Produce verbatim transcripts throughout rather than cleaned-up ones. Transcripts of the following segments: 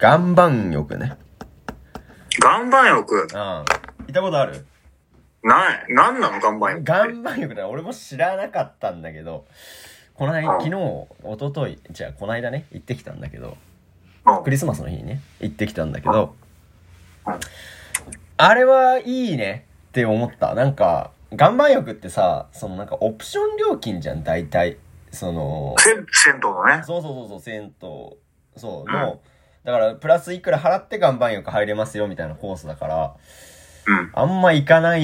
岩盤浴ね。 岩盤浴？ うん。行ったことある？ ない。なんなの岩盤浴って。 岩盤浴だ。俺も知らなかったんだけど、この間、昨日、一昨日、じゃあこの間ね、行ってきたんだけど、クリスマスの日にね、行ってきたんだけど、あれはいいねって思った。なんか、岩盤浴ってさ、そのなんかオプション料金じゃん、大体。その、 銭湯のね。 そうそうそうそう、銭湯、そうの、うん、だからプラスいくら払って岩盤浴入れますよみたいなコースだから、 うん、 あんま行かない、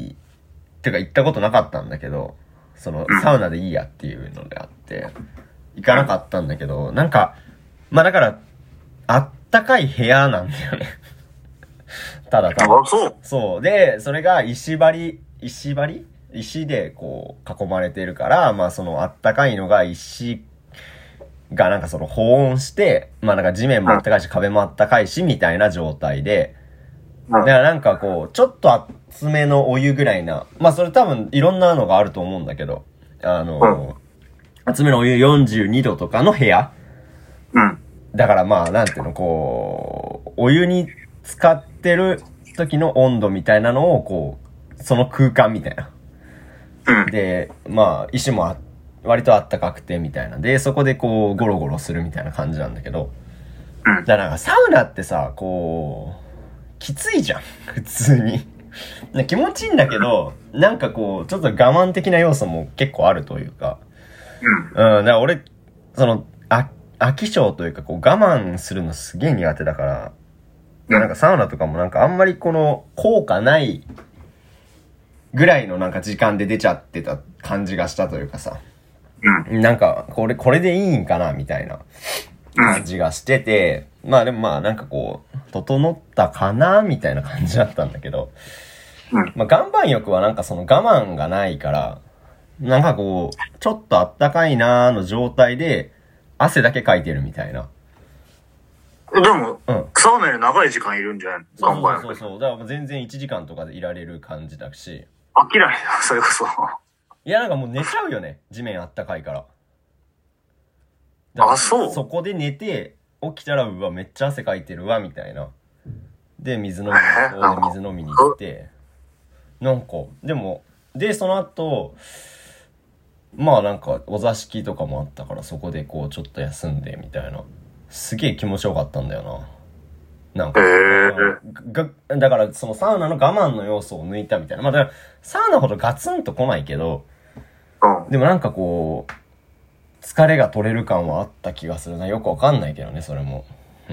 ってか行ったことなかったんだけど、その、サウナでいいやっていうのであって、行かなかったんだけど、なんか、まあだから、あったかい部屋なんだよね。ただただ。 あ、そう。 そう。で、それが石張り、石張り石でこう囲まれてるから、まあそのあったかいのが石がなんかその保温して、まあなんか地面もあったかいし壁もあったかいしみたいな状態で、だからなんかこう、ちょっと厚めのお湯ぐらいな、まあそれ多分いろんなのがあると思うんだけど、あの、厚めのお湯よんじゅうにどとかの部屋。 うん。 だからまあなんていうの、こう、お湯に使ってる時の温度みたいなのをこう、その空間みたいな。 うん、 で、まあ、石もあ割とあったかくてみたいな。で、そこでこう、ゴロゴロするみたいな感じなんだけど。 うん。 だからなんかサウナってさ、こう、きついじゃん。普通に。気持ちいいんだけど、なんかこう、ちょっと我慢的な要素も結構あるというか。うん。うん。だから俺、その、あ、飽き性というか、こう、我慢するのすげえ苦手だから、うん、なんかサウナとかもなんかあんまりこの、効果ない、ぐらいのなんか時間で出ちゃってた感じがしたというかさ。うん。なんか、これ、これでいいんかなみたいな感じがしてて、うん、まあでもまあなんかこう、整ったかなみたいな感じだったんだけど、うん、まあ岩盤浴はなんかその我慢がないから、なんかこう、ちょっとあったかいなーの状態で、汗だけかいてるみたいな。 でも、うん、サウナより長い時間いるんじゃないの？ そうそうそうそう。だから全然いちじかんとかでいられる感じだし。 飽きないな、それこそ。 いや、なんかもう寝ちゃうよね。地面あったかいから。 からあ、そうそこで寝て、起きたら、うわ、めっちゃ汗かいてるわ、みたいな。で、水飲みに、こう水飲みに行って、なんか、でも、で、その後、まあなんか、お座敷とかもあったから、そこでこう、ちょっと休んで、みたいな。すげえ気持ちよかったんだよな。なんか、 えー、 が、だからそのサウナの我慢の要素を抜いたみたいな。まあだから、サウナほどガツンと来ないけど、 うん、 でもなんかこう、疲れが取れる感はあった気がするな。よくわかんないけどね、それも。うん。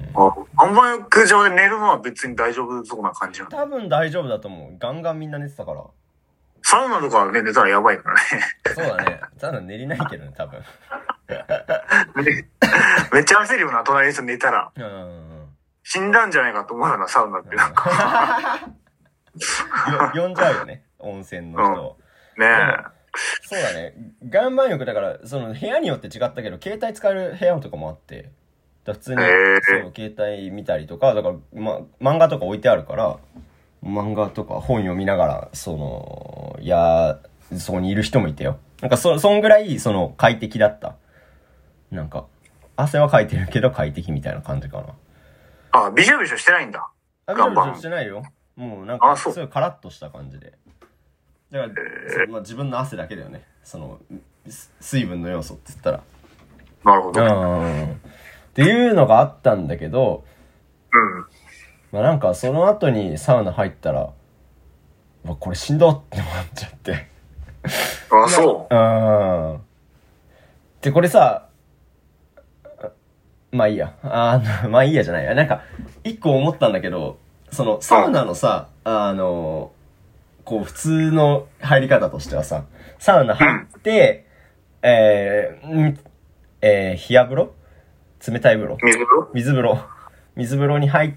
あ、岩盤浴場で寝るのは別に大丈夫そうな感じなの？ 多分大丈夫だと思う。ガンガンみんな寝てたから。 サウナとかね、寝たらやばいからね。 そうだね。サウナ寝れないけどね、多分。 めっちゃ焦るよな、隣の人寝たら。 うん。 死んだんじゃないかと思うよな、サウナってなんか。 呼んじゃうよね、温泉の人。 うん、ねえ。 そうだね。岩盤浴だから、その部屋によって違ったけど、携帯使える部屋とかもあって、だ普通に、そう、携帯見たりとか、だから、ま、漫画とか置いてあるから、漫画とか本読みながら、その、いや、そこにいる人もいてよ。なんかそ、そんぐらい、その、快適だった。なんか、汗はかいてるけど快適みたいな感じかな。 あ、びしょびしょしてないんだ。 あ、びしょびしょしてないよ。もうなんか、すごいカラッとした感じで。だから、そまあ、自分の汗だけだよね。その、水分の要素って言ったら。 なるほど。 うん。っていうのがあったんだけど、 うん。 まあなんかその後にサウナ入ったら、わ、これしんどって思っちゃって。 あ、そう。 うん。で、これさ、まあいいや。あの、まあいいやじゃないや。なんか、一個思ったんだけど、その、サウナのさ、あの、こう、普通の入り方としてはさ、サウナ入って、うん、えー、えー、冷や風呂冷たい風呂水風呂水風呂。水風呂に入って、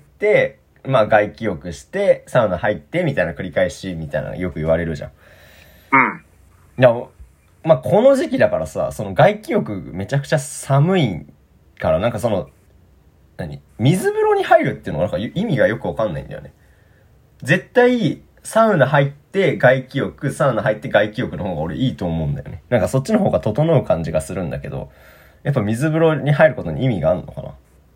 まあ外気浴して、サウナ入って、みたいな繰り返し、みたいなよく言われるじゃん。 うん。 いや、まあこの時期だからさ、その外気浴めちゃくちゃ寒いから、なんかその、何水風呂に入るっていうのがなんか意味がよくわかんないんだよね。絶対、サウナ入って外気浴、サウナ入って外気浴の方が俺いいと思うんだよね。なんかそっちの方が整う感じがするんだけど、やっぱ水風呂に入ることに意味があるのかな？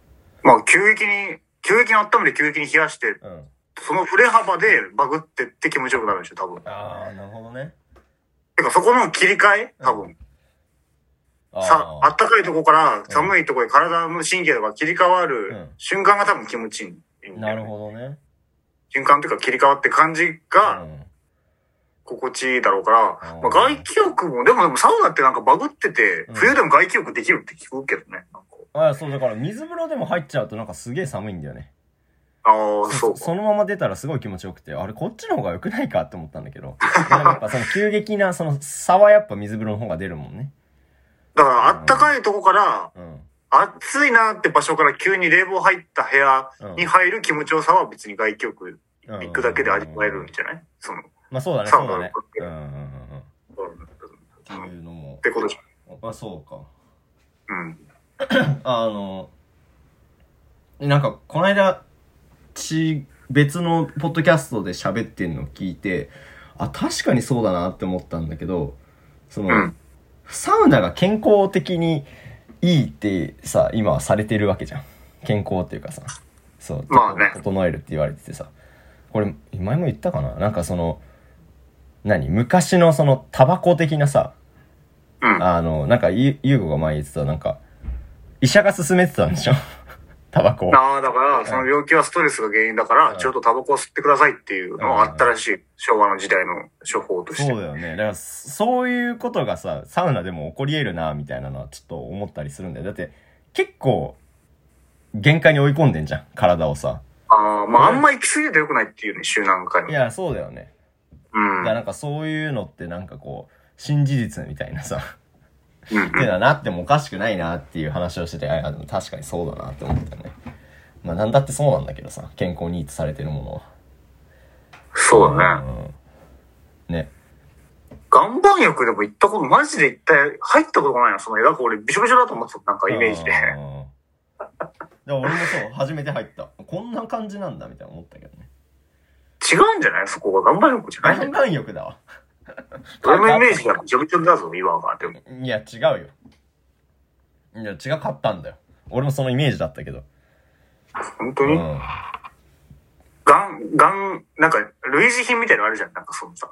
まあ、急激に、急激に温めて急激に冷やして、うん、その振れ幅でバグってって気持ちよくなるんでしょ、多分。 ああ、なるほどね。 てか、そこの切り替え多分。うん、さ、あったかいとこから寒いところで体の神経とか切り替わる瞬間が多分気持ちいい、 うん。なるほどね。 瞬間というか切り替わって感じが、心地いいだろうから、うん、まあ、外気浴も、でもでもサウナってなんかバグってて、冬でも外気浴できるって聞くけどね。なんかああ、そう、だから水風呂でも入っちゃうとなんかすげえ寒いんだよね。 ああ、そう。 そのまま出たらすごい気持ちよくて、あれこっちの方が良くないかって思ったんだけど。でもやっぱその急激なその差はやっぱ水風呂の方が出るもんね。 だからあったかいとこから、うん、暑いなって場所から急に冷房入った部屋に入る気持ちよさは別に外気浴行くだけで味わえるんじゃない？その。 まあそうだね、そうだね。うんうんうんうん。っていうのも。 ってことじゃん。あ、そうか。 うん。 あの、なんか、この間、ち、別のポッドキャストで喋ってんの聞いて、あ、確かにそうだなって思ったんだけど、その、うん、サウナが健康的にいいってさ、今はされてるわけじゃん。健康っていうかさ、そう、 まあね、 整えるって言われててさ、これ、前も言ったかな？なんかその、何？昔のその、タバコ的なさ、うん、あの、なんか、ゆうごが前言ってた、なんか、医者が勧めてたんでしょタバコ。 ああ、だから、その病気はストレスが原因だから、ちょっとタバコを吸ってくださいっていうのがあったらしい。昭和の時代の処方として。 そうだよね。だから、そういうことがさ、サウナでも起こり得るな、みたいなのはちょっと思ったりするんだよ。だって、結構、限界に追い込んでんじゃん、体をさ。 ああ、まあ、あんま行き過ぎると良くないっていうね、週何回も。 いや、そうだよね。うん。だからなんかそういうのってなんかこう、新事実みたいなさ。うんうん、っていうのはなってもおかしくないなっていう話をしてて、あ、でも確かにそうだなって思ったね。まあなんだってそうなんだけどさ、健康にいいとされてるものは。 そうだね。 うん、ね。 岩盤浴でも行ったこと、マジで一体入ったことがないな、その、なんか俺びしょびしょだと思ってた、なんかイメージで。 でも俺もそう、初めて入った。こんな感じなんだみたいな思ったけどね。 違うんじゃない？そこが岩盤浴じゃない？ 岩盤浴だわ。 俺のイメージがびちょびちょだぞ、岩が。でも。 いや、違うよ。いや、違かったんだよ。俺もそのイメージだったけど。 本当に？うん。ガン、ガン、なんか、類似品みたいなのあるじゃん。なんかそのさ。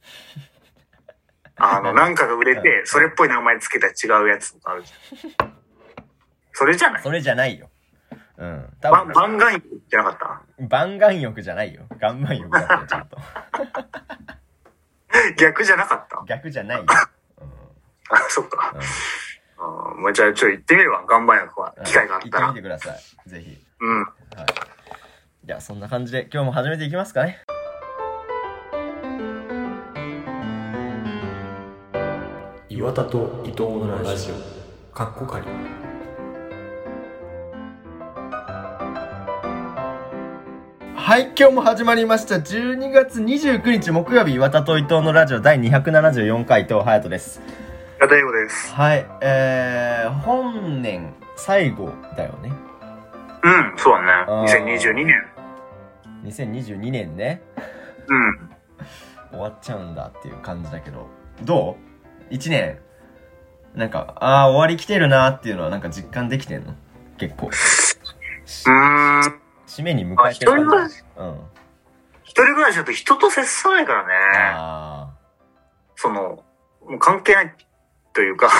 あの、なんかが売れて、それっぽい名前つけた違うやつとかあるじゃん。それじゃない？ それじゃないよ。うん。 多分。ば、番岩浴じゃなかった？ 番岩浴じゃないよ。岩盤浴だったよ、ちゃんと。 逆じゃなかった？ 逆じゃないよ。うん、 あ、そっか。うん。もうじゃあちょっと行ってみるわ、岩盤浴は。機会があったら。 行ってみてください。ぜひ。 うん。 はい。じゃあそんな感じで今日も始めていきますかね。岩田と伊藤のラジオ。かっこかり。はい、今日も始まりました。じゅうにがつにじゅうくにち木曜日、岩田と伊藤のラジオ第にひゃくななじゅうよんかい、伊藤隼人です。 矢田英語です。 はい、えー、本年最後だよね。 うん、そうだね。にせんにじゅうにねん。 にせんにじゅうにねんね。 うん。 終わっちゃうんだっていう感じだけど、どう？いちねん。なんか、ああ、終わり来てるなっていうのはなんか実感できてんの？結構。 うーん。 締めに迎えてる感じ。うん。 一人暮らしだと人と接さないからね。ああ。その、もう関係ないというか、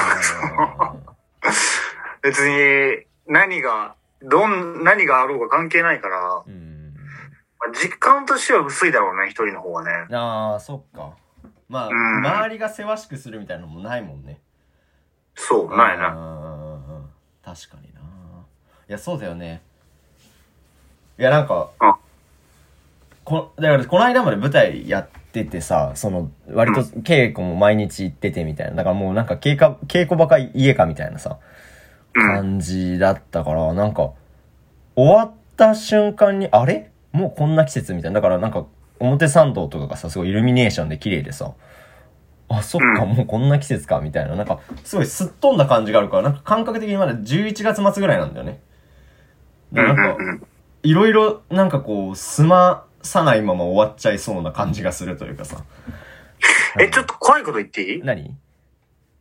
別に何が、どん、何があろうが関係ないから、うん、まあ、実感としては薄いだろうね、一人の方はね。 ああ、そっか。まあ、うん、周りがせわしくするみたいなのもないもんね。 そう、ないな。 確かにな。いや、そうだよね。いや、なんか、こ、だからこの間まで舞台やっててさ、その、割と稽古も毎日行っててみたいな。だからもうなんか稽古、稽古場か家かみたいなさ、感じだったから、なんか、終わった瞬間に、あれ？もうこんな季節みたいな。だからなんか、表参道とかがさ、すごいイルミネーションで綺麗でさ、あ、そっか、もうこんな季節か、みたいな。なんか、すごいすっ飛んだ感じがあるから、なんか感覚的にまだじゅういちがつまつぐらいなんだよね。なんか、いろいろなんかこう、済まさないまま終わっちゃいそうな感じがするというかさ。 え、ちょっと怖いこと言っていい？ 何？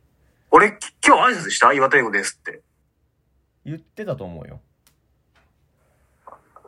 俺、今日挨拶した？岩田英語ですって。 言ってたと思うよ。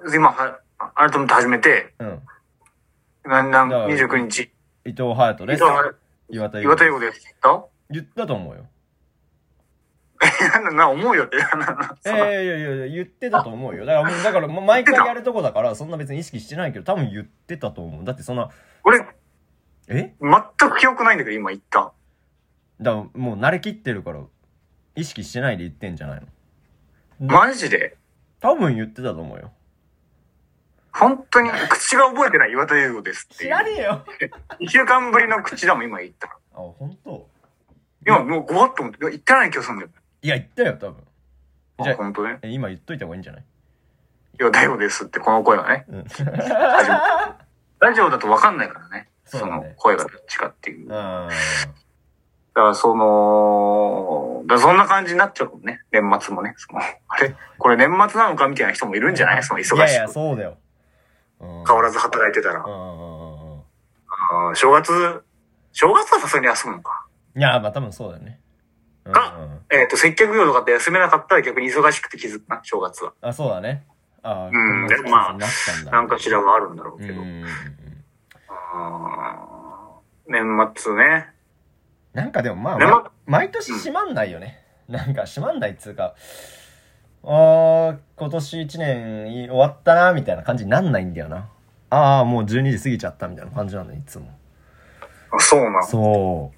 今は、改めて始めて、 うん。 な、な、にじゅうくにち。 伊藤隼人です。 岩田岩田優子です。言った言ったと思うよ。 え、な、な、思うよって。 ええいやいやいや、言ってたと思うよ。だからもう、だからもう毎回やるとこだから、そんな別に意識してないけど、多分言ってたと思う。だってそんな。 俺、 え全く記憶ないんだけど、今言った。 だからもう慣れきってるから、意識してないで言ってんじゃないの？ マジで？ 多分言ってたと思うよ。 本当に口が覚えてない岩田優子ですっていう。 知らねえよ。 いっしゅうかんぶりの口だもん、今言った。 あ、本当？ 今もうごわっと思って、言ってない気がするんだよ。 いや、言ったよ、多分。 じゃあ、本当ね。 今言っといた方がいいんじゃない？ 岩田優子ですって、この声はね。うん、ラジオだと分かんないからね。そ, ねその声がどっちかっていう。あだからその、だそんな感じになっちゃうもんね。年末もね。そのあれこれ年末なのかみたいな人もいるんじゃない？その忙しく。いやいや、 そうだよ。 変わらず働いてたら。あ正月、正月はさすがに休むのか。 いや、まあ多分そうだよね。 か、えっと、接客業とかって休めなかったら逆に忙しくて気づくな、正月は。 あ、そうだね。あうん、でもまあ、なんかしらはあるんだろうけど。あ年末ね。 なんかでもまあ、ま、毎年閉まんないよね。うん、なんか閉まんないっつうか、あー、今年一年終わったな、みたいな感じになんないんだよな。あー、もうじゅうにじ過ぎちゃったみたいな感じなの、いつも。 あ、そうなの？ そう。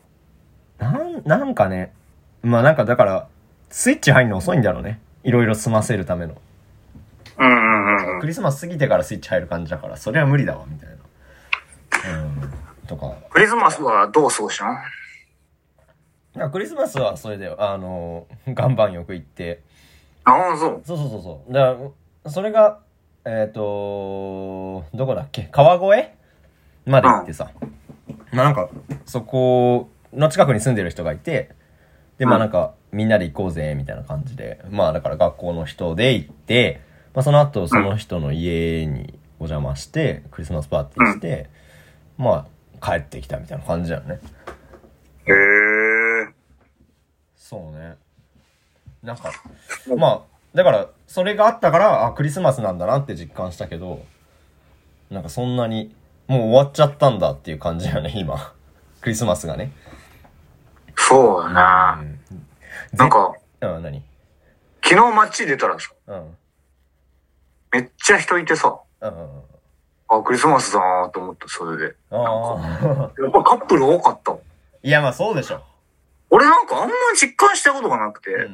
なん、なんかね、まあなんかだから、スイッチ入るの遅いんだろうね。いろいろ済ませるための。 うんうんうん。 クリスマス過ぎてからスイッチ入る感じだから、それは無理だわ、みたいな。うん。とか。 クリスマスはどう過ごしたの？ いや、クリスマスはそれで、あの、岩盤浴行って。 ああ、そう。 そうそうそうそう。だから、それが、えっと、どこだっけ？川越まで行ってさ。うん、まあなんか、そこの近くに住んでる人がいて、で、まあなんか、みんなで行こうぜ、みたいな感じで。まあだから学校の人で行って、まあその後その人の家にお邪魔して、クリスマスパーティーして、まあ帰ってきたみたいな感じだよね。 へー。 そうね。なんか、まあ、だから、それがあったから、あ、クリスマスなんだなって実感したけど、なんかそんなに、もう終わっちゃったんだっていう感じだよね、今。クリスマスがね。 そうだな、うん、なんか、 うん、何？ 昨日街出たらさ、うん、めっちゃ人いてさ、 うんうん、 あ、クリスマスだなーと思った、それで。 ああ。 やっぱカップル多かった。 いや、まあそうでしょ。 俺なんかあんま実感したことがなくて、うん、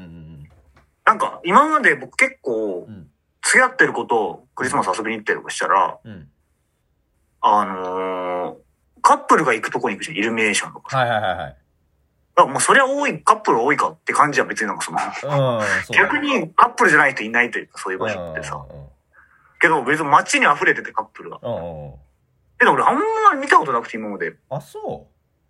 なんか今まで僕結構、付き合ってる子とクリスマス遊びに行ったりとかしたら、うん、あのー、カップルが行くとこに行くじゃん、イルミネーションとか。 はいはいはいはい。 あ、もうそりゃ多い、カップル多いかって感じは別になんかその、逆にカップルじゃない人いないというか、そういう場所ってさ。けど別に街に溢れててカップルが。けど俺あんまり見たことなくて今まで。 あ、そう？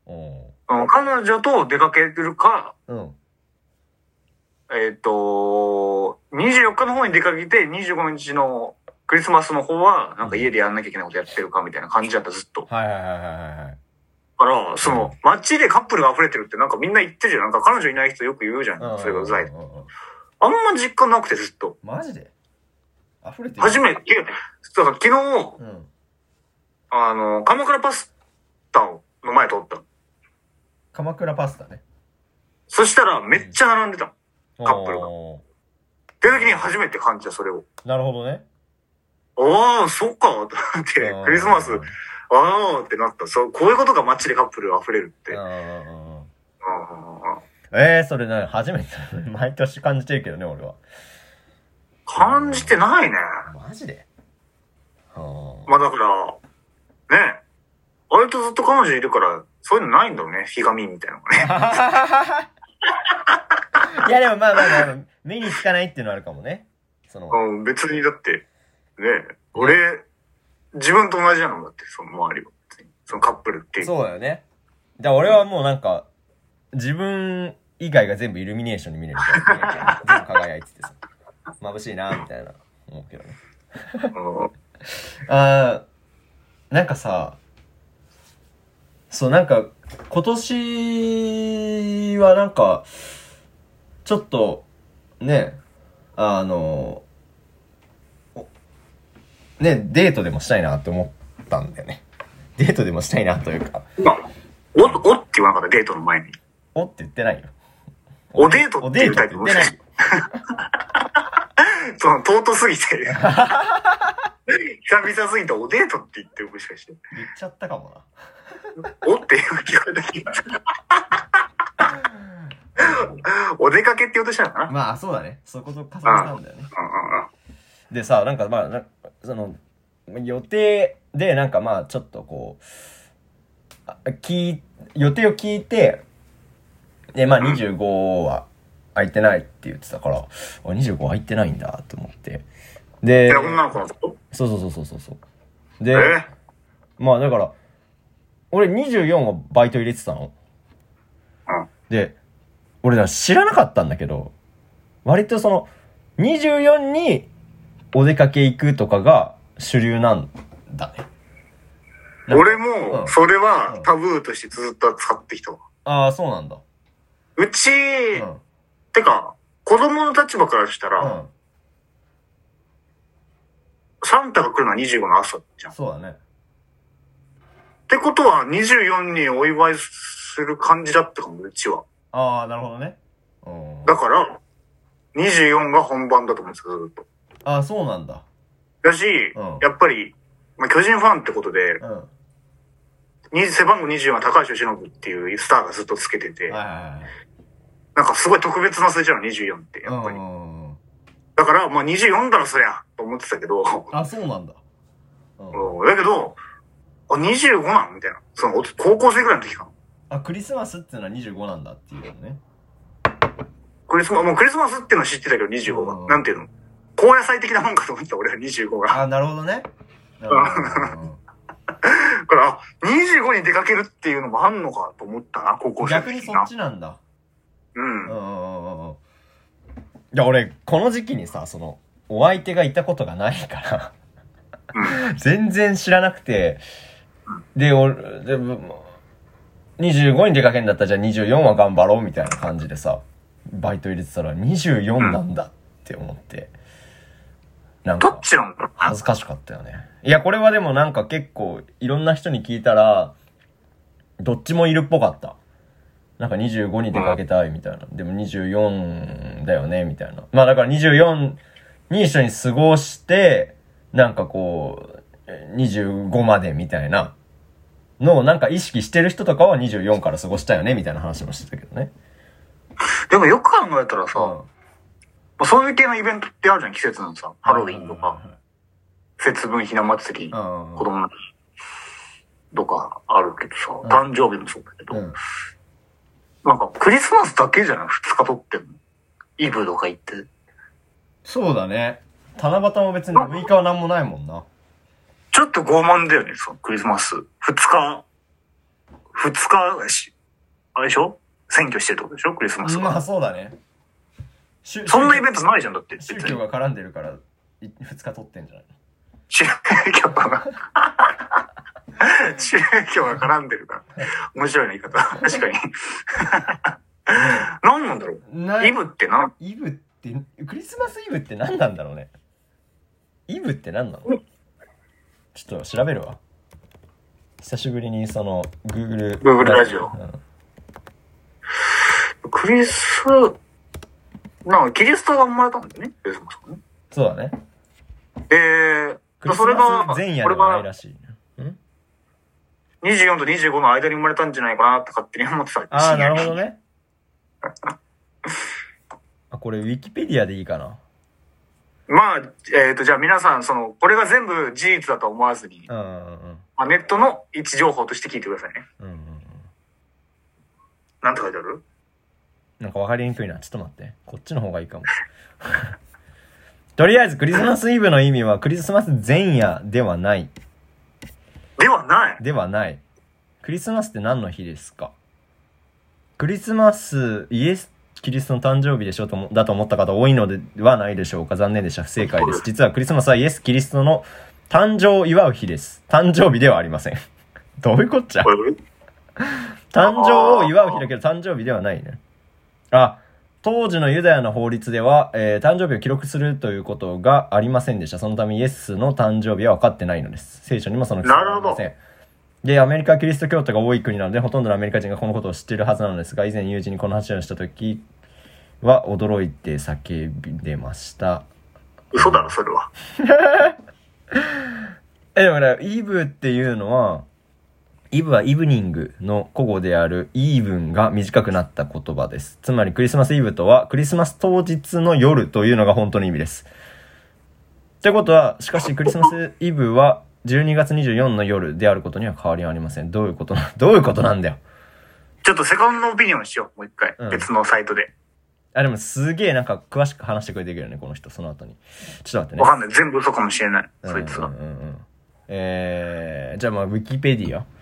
彼女と出かけるか、うん、えっと、にじゅうよっかの方に出かけて、にじゅうごにちのクリスマスの方は、なんか家でやんなきゃいけないことやってるかみたいな感じだった、ずっと。 はいはいはいはいはい。 から、その、街でカップルが溢れてるってなんかみんな言ってるじゃん。なんか彼女いない人よく言うじゃん。それがうざい。あんま実感なくてずっと。 マジで？溢れてる？ 初めて、いや、だから昨日、うん、あの、鎌倉パスタの前通った。 鎌倉パスタね。そしたらめっちゃ並んでた、うん、カップルが。って時に初めて感じた、それを。 なるほどね。 ああ、そっか、と思って、クリスマス、ああってなった。そう、こういうことが街でカップル溢れるって。 ええー、それね、初めて、毎年感じてるけどね、俺は。 感じてないね。 マジで？ はあ、まあだから、ね、割とずっと彼女いるから、そういうのないんだろうね、ひがみみたいなのがね。 いやでもまあまあまあ、目につかないっていうのはあるかもね。 その別にだって、ね、俺、ね、自分と同じなのだって、その周りは。そのカップルっていう。 そうだよね。だから俺はもうなんか、自分以外が全部イルミネーションに見れるみたいな。全部輝いててさ。眩しいなみたいな思うけどね。あー、なんかさ、そうなんか今年はなんかちょっとね、あのね、デートでもしたいなって思ったんだよね。デートでもしたいなというか。 まあ、お、おって言わなかった、デートの前に。 おって言ってないよ。 おデートって言ったりとか。おデートって言ってない。その、尊すぎて。久々すぎておデートって言ってもしかして。 言っちゃったかもな。おって聞こえた気がする。お出かけって言おうとしたのかな。 まあ、そうだね。そういうこと重ねたんだよね。でさ、なんかまあ、なその、予定で、なんかまあ、ちょっとこう、聞い、予定を聞いて、で、まあにじゅうごは空いてないって言ってたから、あ、にじゅうご空いてないんだと思って。で、 え、女の子のこと？ そうそうそうそうそう。で、えまあだから、俺にじゅうよんはバイト入れてたの。 うん。 で、俺ら知らなかったんだけど、割とその、にじゅうよんにお出かけ行くとかが主流なんだね。 俺も、それはタブーとしてずっと使ってきたわ。 ああ、そうなんだ。 うち、うん、てか、子供の立場からしたら、うん、サンタが来るのはにじゅうごの朝じゃん。 そうだね。 ってことはにじゅうよんにお祝いする感じだったかも、うちは。 ああ、なるほどね。 うん、だから、にじゅうよんが本番だと思うんですよ、ずっと。 ああ、そうなんだ。 だし、うん、やっぱり、まあ、巨人ファンってことで、うん背番号にじゅうよんは高橋由伸っていうスターがずっとつけてて、はいはいはい、なんかすごい特別な数字なの、にじゅうよんって、やっぱり。だから、まあにじゅうよんだろ、そりゃ、と思ってたけど。 あ、そうなんだ。 うん、だけど、あ、にじゅうごなんみたいな。その、高校生ぐらいの時かな。 あ、クリスマスっていうのはにじゅうごなんだっていうのね。 クリスマス、もうクリスマスっていうのは知ってたけど、にじゅうごが。なんていうの高野菜的なもんかと思ってた、俺はにじゅうごが。 あ、なるほどね。なるほどだから、にじゅうごに出かけるっていうのもあんのかと思ったな、高校生の時。 逆にそっちなんだ。 うん。 うん。いや、俺、この時期にさ、その、お相手がいたことがないから、うん、全然知らなくて、で、俺、でも、にじゅうごに出かけんだったら、じゃあにじゅうよんは頑張ろうみたいな感じでさ、バイト入れてたらにじゅうよんなんだって思って、 うん、なんか、どっちなんだ恥ずかしかったよね。いや、これはでもなんか結構、いろんな人に聞いたら、どっちもいるっぽかった。なんかにじゅうごに出かけたいみたいな。でもにじゅうよんだよね、みたいな。まあだからにじゅうよんに一緒に過ごして、なんかこう、にじゅうごまでみたいなのをなんか意識してる人とかはにじゅうよんから過ごしたよね、みたいな話もしてたけどね。 でもよく考えたらさ、うん、そういう系のイベントってあるじゃん、季節のさ、ハロウィンとか、節分ひな祭り、子供の日とかあるけどさ、うん、誕生日もそうだけど、うん、なんかクリスマスだけじゃない？ふつか取ってんの。イブとか行って。 そうだね。七夕も別にむいかはなんもないもんな。 ちょっと傲慢だよね、そのクリスマス。ふつか、ふつかだし、あれでしょ？選挙してるってことでしょ？クリスマスは。 まあそうだね。 そんなイベントないじゃん、だって。 宗教が絡んでるからふつか取ってんじゃないの？ 宗教が宗教が絡んでるから。面白いな言い方。確かに。何なんだろう？イブって何？ イブって、クリスマスイブって何なんだろうね。イブって何なの？ちょっと調べるわ。久しぶりにその Google Google ラジオ。うん、クリス、なんかキリストが生まれたんだよね。クリスマスね。 そうだね。 えー、 クリスマス前夜ではないらしい。 にじゅうよんとにじゅうごの間に生まれたんじゃないかなって勝手に思ってた。 ああ、なるほどね。あ、これウィキペディアでいいかな。 まあ、えっと、じゃあ皆さん、その、これが全部事実だと思わずに、 うんうんうん、 まあ、ネットの位置情報として聞いてくださいね。 うんうんうん、 なんて書いてある？ なんか分かりにくいな。ちょっと待って。こっちの方がいいかも。とりあえずクリスマスイブの意味はクリスマス前夜ではない。 ではないではない。クリスマスって何の日ですか？クリスマス、イエス・キリストの誕生日でしょとだと思った方多いのではないでしょうか。残念でした。不正解です。実はクリスマスはイエス・キリストの誕生を祝う日です。誕生日ではありません。どういうこっちゃ？誕生を祝う日だけど誕生日ではないね。あ、 当時のユダヤの法律では、えー、誕生日を記録するということがありませんでした。そのためイエスの誕生日は分かってないのです。聖書にもその記載はありません。で、アメリカはキリスト教徒が多い国なので、ほとんどのアメリカ人がこのことを知っているはずなのですが、以前友人にこの話をしたときは驚いて叫んでました。 嘘だろ、それは。 え、でもね、イブっていうのは、イブはイブニングの古語であるイーブンが短くなった言葉です。つまりクリスマスイブとはクリスマス当日の夜というのが本当の意味です。ってことは、しかしクリスマスイブはじゅうにがつにじゅうよっかの夜であることには変わりはありません。どういうことな、どういうことなんだよ。 ちょっとセカンドオピニオンしよう、もう一回。うん、別のサイトで。 あ、でもすげえなんか詳しく話してくれてるよね、この人、その後に。ちょっと待ってね。 わかんない。全部嘘かもしれない、そいつは。 うんうんうん、えー、じゃあまあ、ウィキペディア。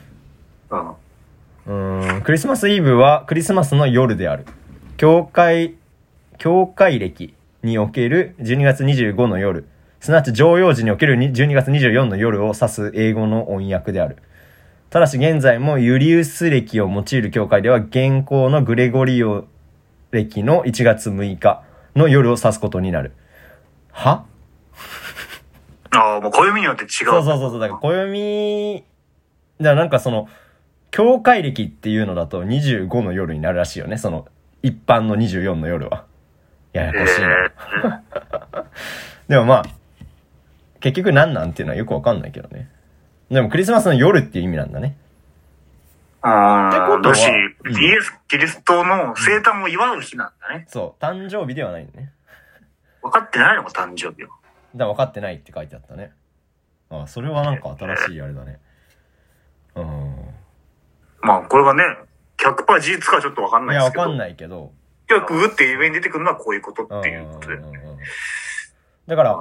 うん、うーん、クリスマスイブはクリスマスの夜である。教会、教会暦におけるじゅうにがつにじゅうごの夜、すなわち常用時におけるじゅうにがつにじゅうよっかの夜を指す英語の音訳である。ただし現在もユリウス暦を用いる教会では現行のグレゴリオ暦のいちがつむいかの夜を指すことになる。はああ、もう暦によって違う。 そうそうそうそう。だから暦、だからなんかその、教会暦っていうのだとにじゅうごの夜になるらしいよね。その、一般のにじゅうよっかの夜は。ややこしいな。えー、でもまあ、結局何なんっていうのはよくわかんないけどね。でもクリスマスの夜っていう意味なんだね。 ああ、ってことは、だし、イエス・キリストの生誕を祝う日なんだね。 うん、そう、誕生日ではないんだね。 分かってないのか、誕生日は。 だから分かってないって書いてあったね。ああ、それはなんか新しいあれだね。うん。 まあ、これがね、ひゃくパーセント 事実かはちょっと分かんないですけど。 いや、分かんないけど。 いや、ググって上に出てくるのはこういうことっていうことで。 だから、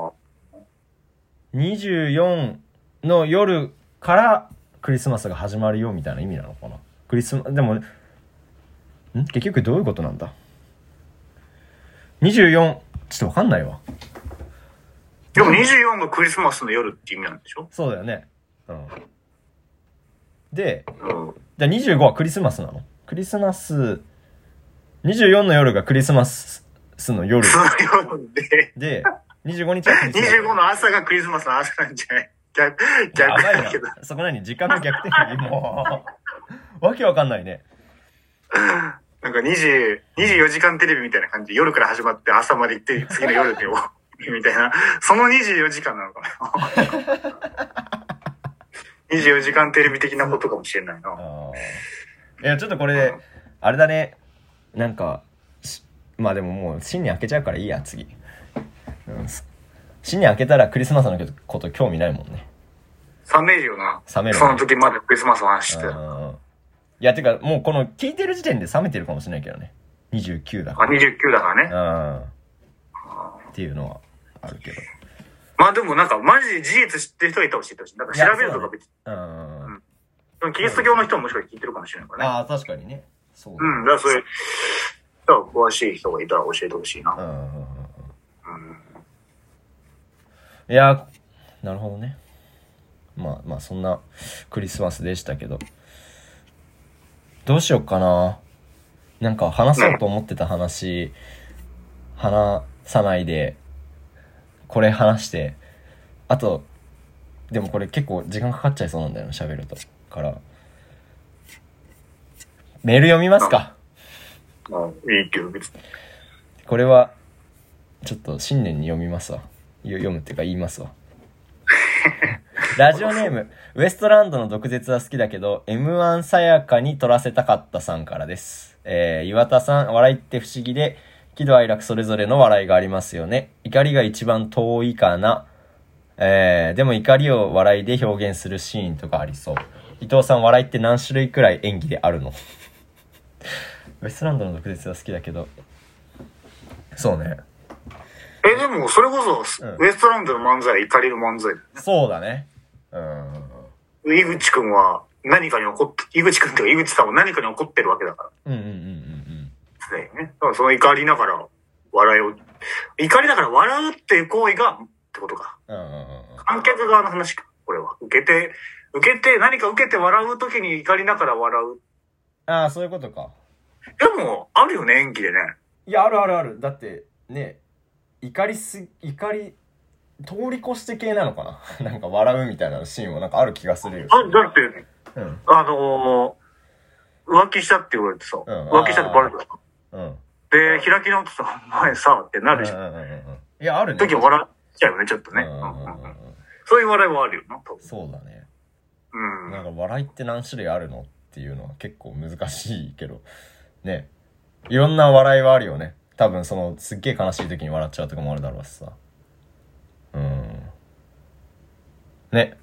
にじゅうよっかの夜からクリスマスが始まるよみたいな意味なのかな。クリスマス、でも、ん結局どういうことなんだ ?にじゅうよん、ちょっと分かんないわ。 でもにじゅうよっかがクリスマスの夜って意味なんでしょ？ そうだよね。うん。で、 うん、 じゃあにじゅうごはクリスマスなの？クリスマス、にじゅうよっかの夜がクリスマスの夜。で、で、にじゅうごにちはクリスマス。 にじゅうごの朝がクリスマスの朝なんじゃない？逆、逆だけど。 そこ何？時間の逆転にもう、わけわかんないね。 なんかにじゅう、にじゅうよじかんテレビみたいな感じで夜から始まって朝まで行って次の夜でみたいな、そのにじゅうよじかんなのかな。にじゅうよじかんテレビ的なことかもしれないな。あいや、ちょっとこれ、うん、あれだね。なんか、まあでももう新年明けちゃうからいいや、次。うん、新年明けたらクリスマスのこと興味ないもんね。 冷めるよな。冷める、ね。その時までクリスマスの話してた。 いや、てかもうこの聞いてる時点で冷めてるかもしれないけどね。にじゅうきゅうだから。 あ、にじゅうきゅうだからね。 うん。っていうのはあるけど。 まあでもなんかマジで事実知ってる人がいたら教えてほしい。なんか調べるとか別に。う、ね、うん。キリスト教の人ももしかして聞いてるかもしれないからね。 ああ、確かにね。 そうだ、ね。うん。だからそういう、詳しい人がいたら教えてほしいな。うんうんうん。 いや、なるほどね。まあまあそんなクリスマスでしたけど。どうしようかな。なんか話そうと思ってた話、話さないで、これ話して、あと、でもこれ結構時間かかっちゃいそうなんだよな、喋ると。から、メール読みますか。 ああ、いいけど別に。 これは、ちょっと新年に読みますわ。読むっていうか言いますわ。ラジオネーム、ウエストランドの毒舌は好きだけど、エムワン さやかに撮らせたかったさんからです。えー、岩田さん、笑いって不思議で、喜怒哀楽それぞれの笑いがありますよね。怒りが一番遠いかな。えー、でも怒りを笑いで表現するシーンとかありそう。伊藤さん、笑いって何種類くらい演技であるの？ウエストランドの毒舌は好きだけど、そうね。 え、でも、それこそ、うん、ウエストランドの漫才は怒りの漫才だよね。 そうだね。うん。 井口くんは何かに怒って、井口くんっていうか井口さんは何かに怒ってるわけだから。 うんうんうんうんうん。 そうだよね。だからその怒りながら笑いを、怒りながら笑うっていう行為が、ってことか。うんうんうん。観客側の話か、これは。受けて、受けて、何か受けて笑うときに怒りながら笑う。 ああ、そういうことか。 でも、あるよね、演技でね。 いや、あるあるある。だって、ね、怒りす、怒り、通り越して系なのかななんか笑うみたいなシーンはなんかある気がするよ。 あ、だって、 うん、 あのー、浮気したって言われてさ、うん、浮気したってバレたさ。うん。で、開き直ってさ、お前さ、ってなるじゃん。うんうんうん、いや、あるね。 時笑っちゃうよね、ちょっとね。うんうんうん、そういう笑いはあるよな、多分。 そうだね。 うん。 なんか笑いって何種類あるのっていうのは結構難しいけど、ね。いろんな笑いはあるよね。多分その、すっげえ悲しい時に笑っちゃうとかもあるだろうしさ。うん。ね。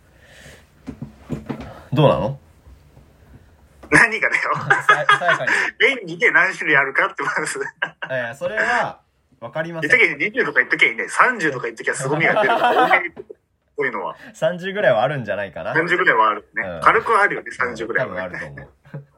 どうなの？ 何がだよ。 さ、さやかに。 演技で何種類あるかってます。 いや、それは、わかりません。 言っときゃにじゅうとか言っときゃいいね。さんじゅうとか言っときゃ凄みが出るから。こういうのは。 さんじゅうぐらいはあるんじゃないかな。 さんじゅうぐらいはあるね。うん、軽くはあるよね、さんじゅうぐらいは、 ね。多分あると思う。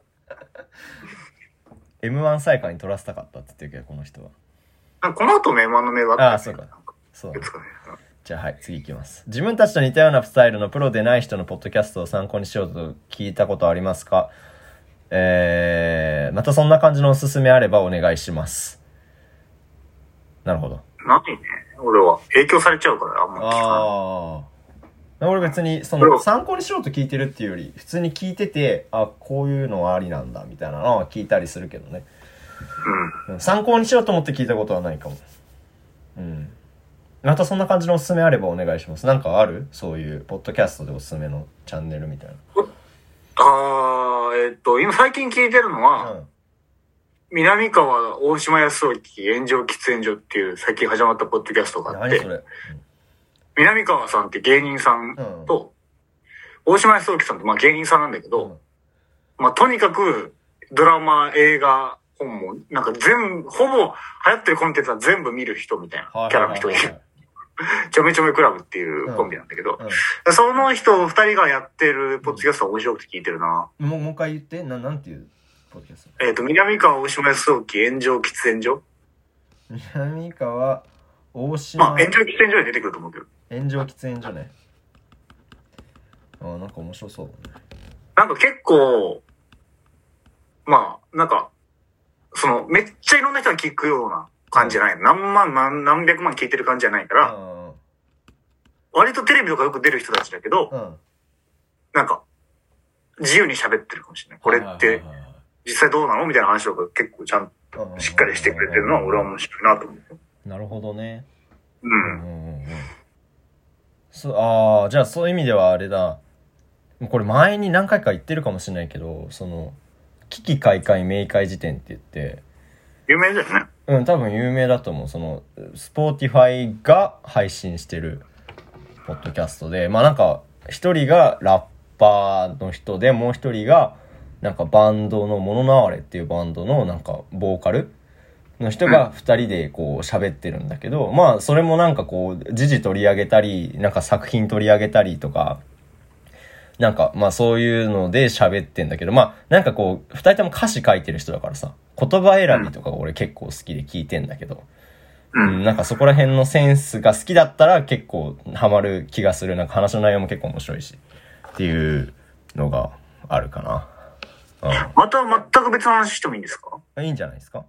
エムワン さやかに取らせたかったって言ってるけど、この人は。 この後の エムワン の名はああ、そうか。そうですかね。じゃあはい、次行きます。自分たちと似たようなスタイルのプロでない人のポッドキャストを参考にしようと聞いたことありますか？えー、またそんな感じのおすすめあればお願いします。なるほど。 ないね。俺は。影響されちゃうから、あんま聞かない。ああ。俺別に、その、参考にしようと聞いてるっていうより、普通に聞いてて、あ、こういうのはありなんだ、みたいなのは聞いたりするけどね。うん。参考にしようと思って聞いたことはないかも。うん。またそんな感じのおすすめあればお願いします。なんかある？そういう、ポッドキャストでおすすめのチャンネルみたいな。 あー、えー、っと、今最近聞いてるのは、うん、南川大島康之炎上喫煙所っていう最近始まったポッドキャストがあって、 何それ？うん、 南川さんって芸人さんと、うん、大島康之さんってまあ芸人さんなんだけど、うん、まあとにかくドラマ、映画、本も、なんか全部、ほぼ流行ってるコンテンツは全部見る人みたいなキャラの人がいる。ちょめちょめクラブっていうコンビなんだけど、うんうん、その人二人がやってるポッドキャストは面白くて聞いてるな。 もう、もう一回言って、な、なんていうポッドキャスト？ えっと、南川大島康之炎上喫煙所。 南川大島。 まあ、炎上喫煙所で出てくると思うけど。 炎上喫煙所ね。ああ、なんか面白そうだね。 なんか結構、まあ、なんか、その、めっちゃいろんな人が聞くような感じじゃない。うん、何万、何、何百万聞いてる感じじゃないから、うん、割とテレビとかよく出る人たちだけど、うん、なんか、自由に喋ってるかもしれない。これって、実際どうなのみたいな話とか結構ちゃんとしっかりしてくれてるのは俺は面白いなと思う。 なるほどね。 うん。うんうんうん、 そああ、じゃあそういう意味ではあれだ。これ前に何回か言ってるかもしれないけど、その、危機開会明快辞典って言って、 有名だよね。 うん、多分有名だと思う。その、スポーティファイが配信してるポッドキャストで、まあなんか、一人がラッパーの人で、もう一人が、なんかバンドのモノナワレっていうバンドのなんかボーカルの人が二人でこう喋ってるんだけど、うん、まあそれもなんかこう時事取り上げたり、なんか作品取り上げたりとか、なんかまあそういうので喋ってんだけど、まあなんかこう二人とも歌詞書いてる人だからさ、言葉選びとか俺結構好きで聞いてんだけど、うん、うん、なんかそこら辺のセンスが好きだったら結構ハマる気がする。なんか話の内容も結構面白いしっていうのがあるかな。 うん、また全く別の話してもいいんですか？ いいんじゃないですか。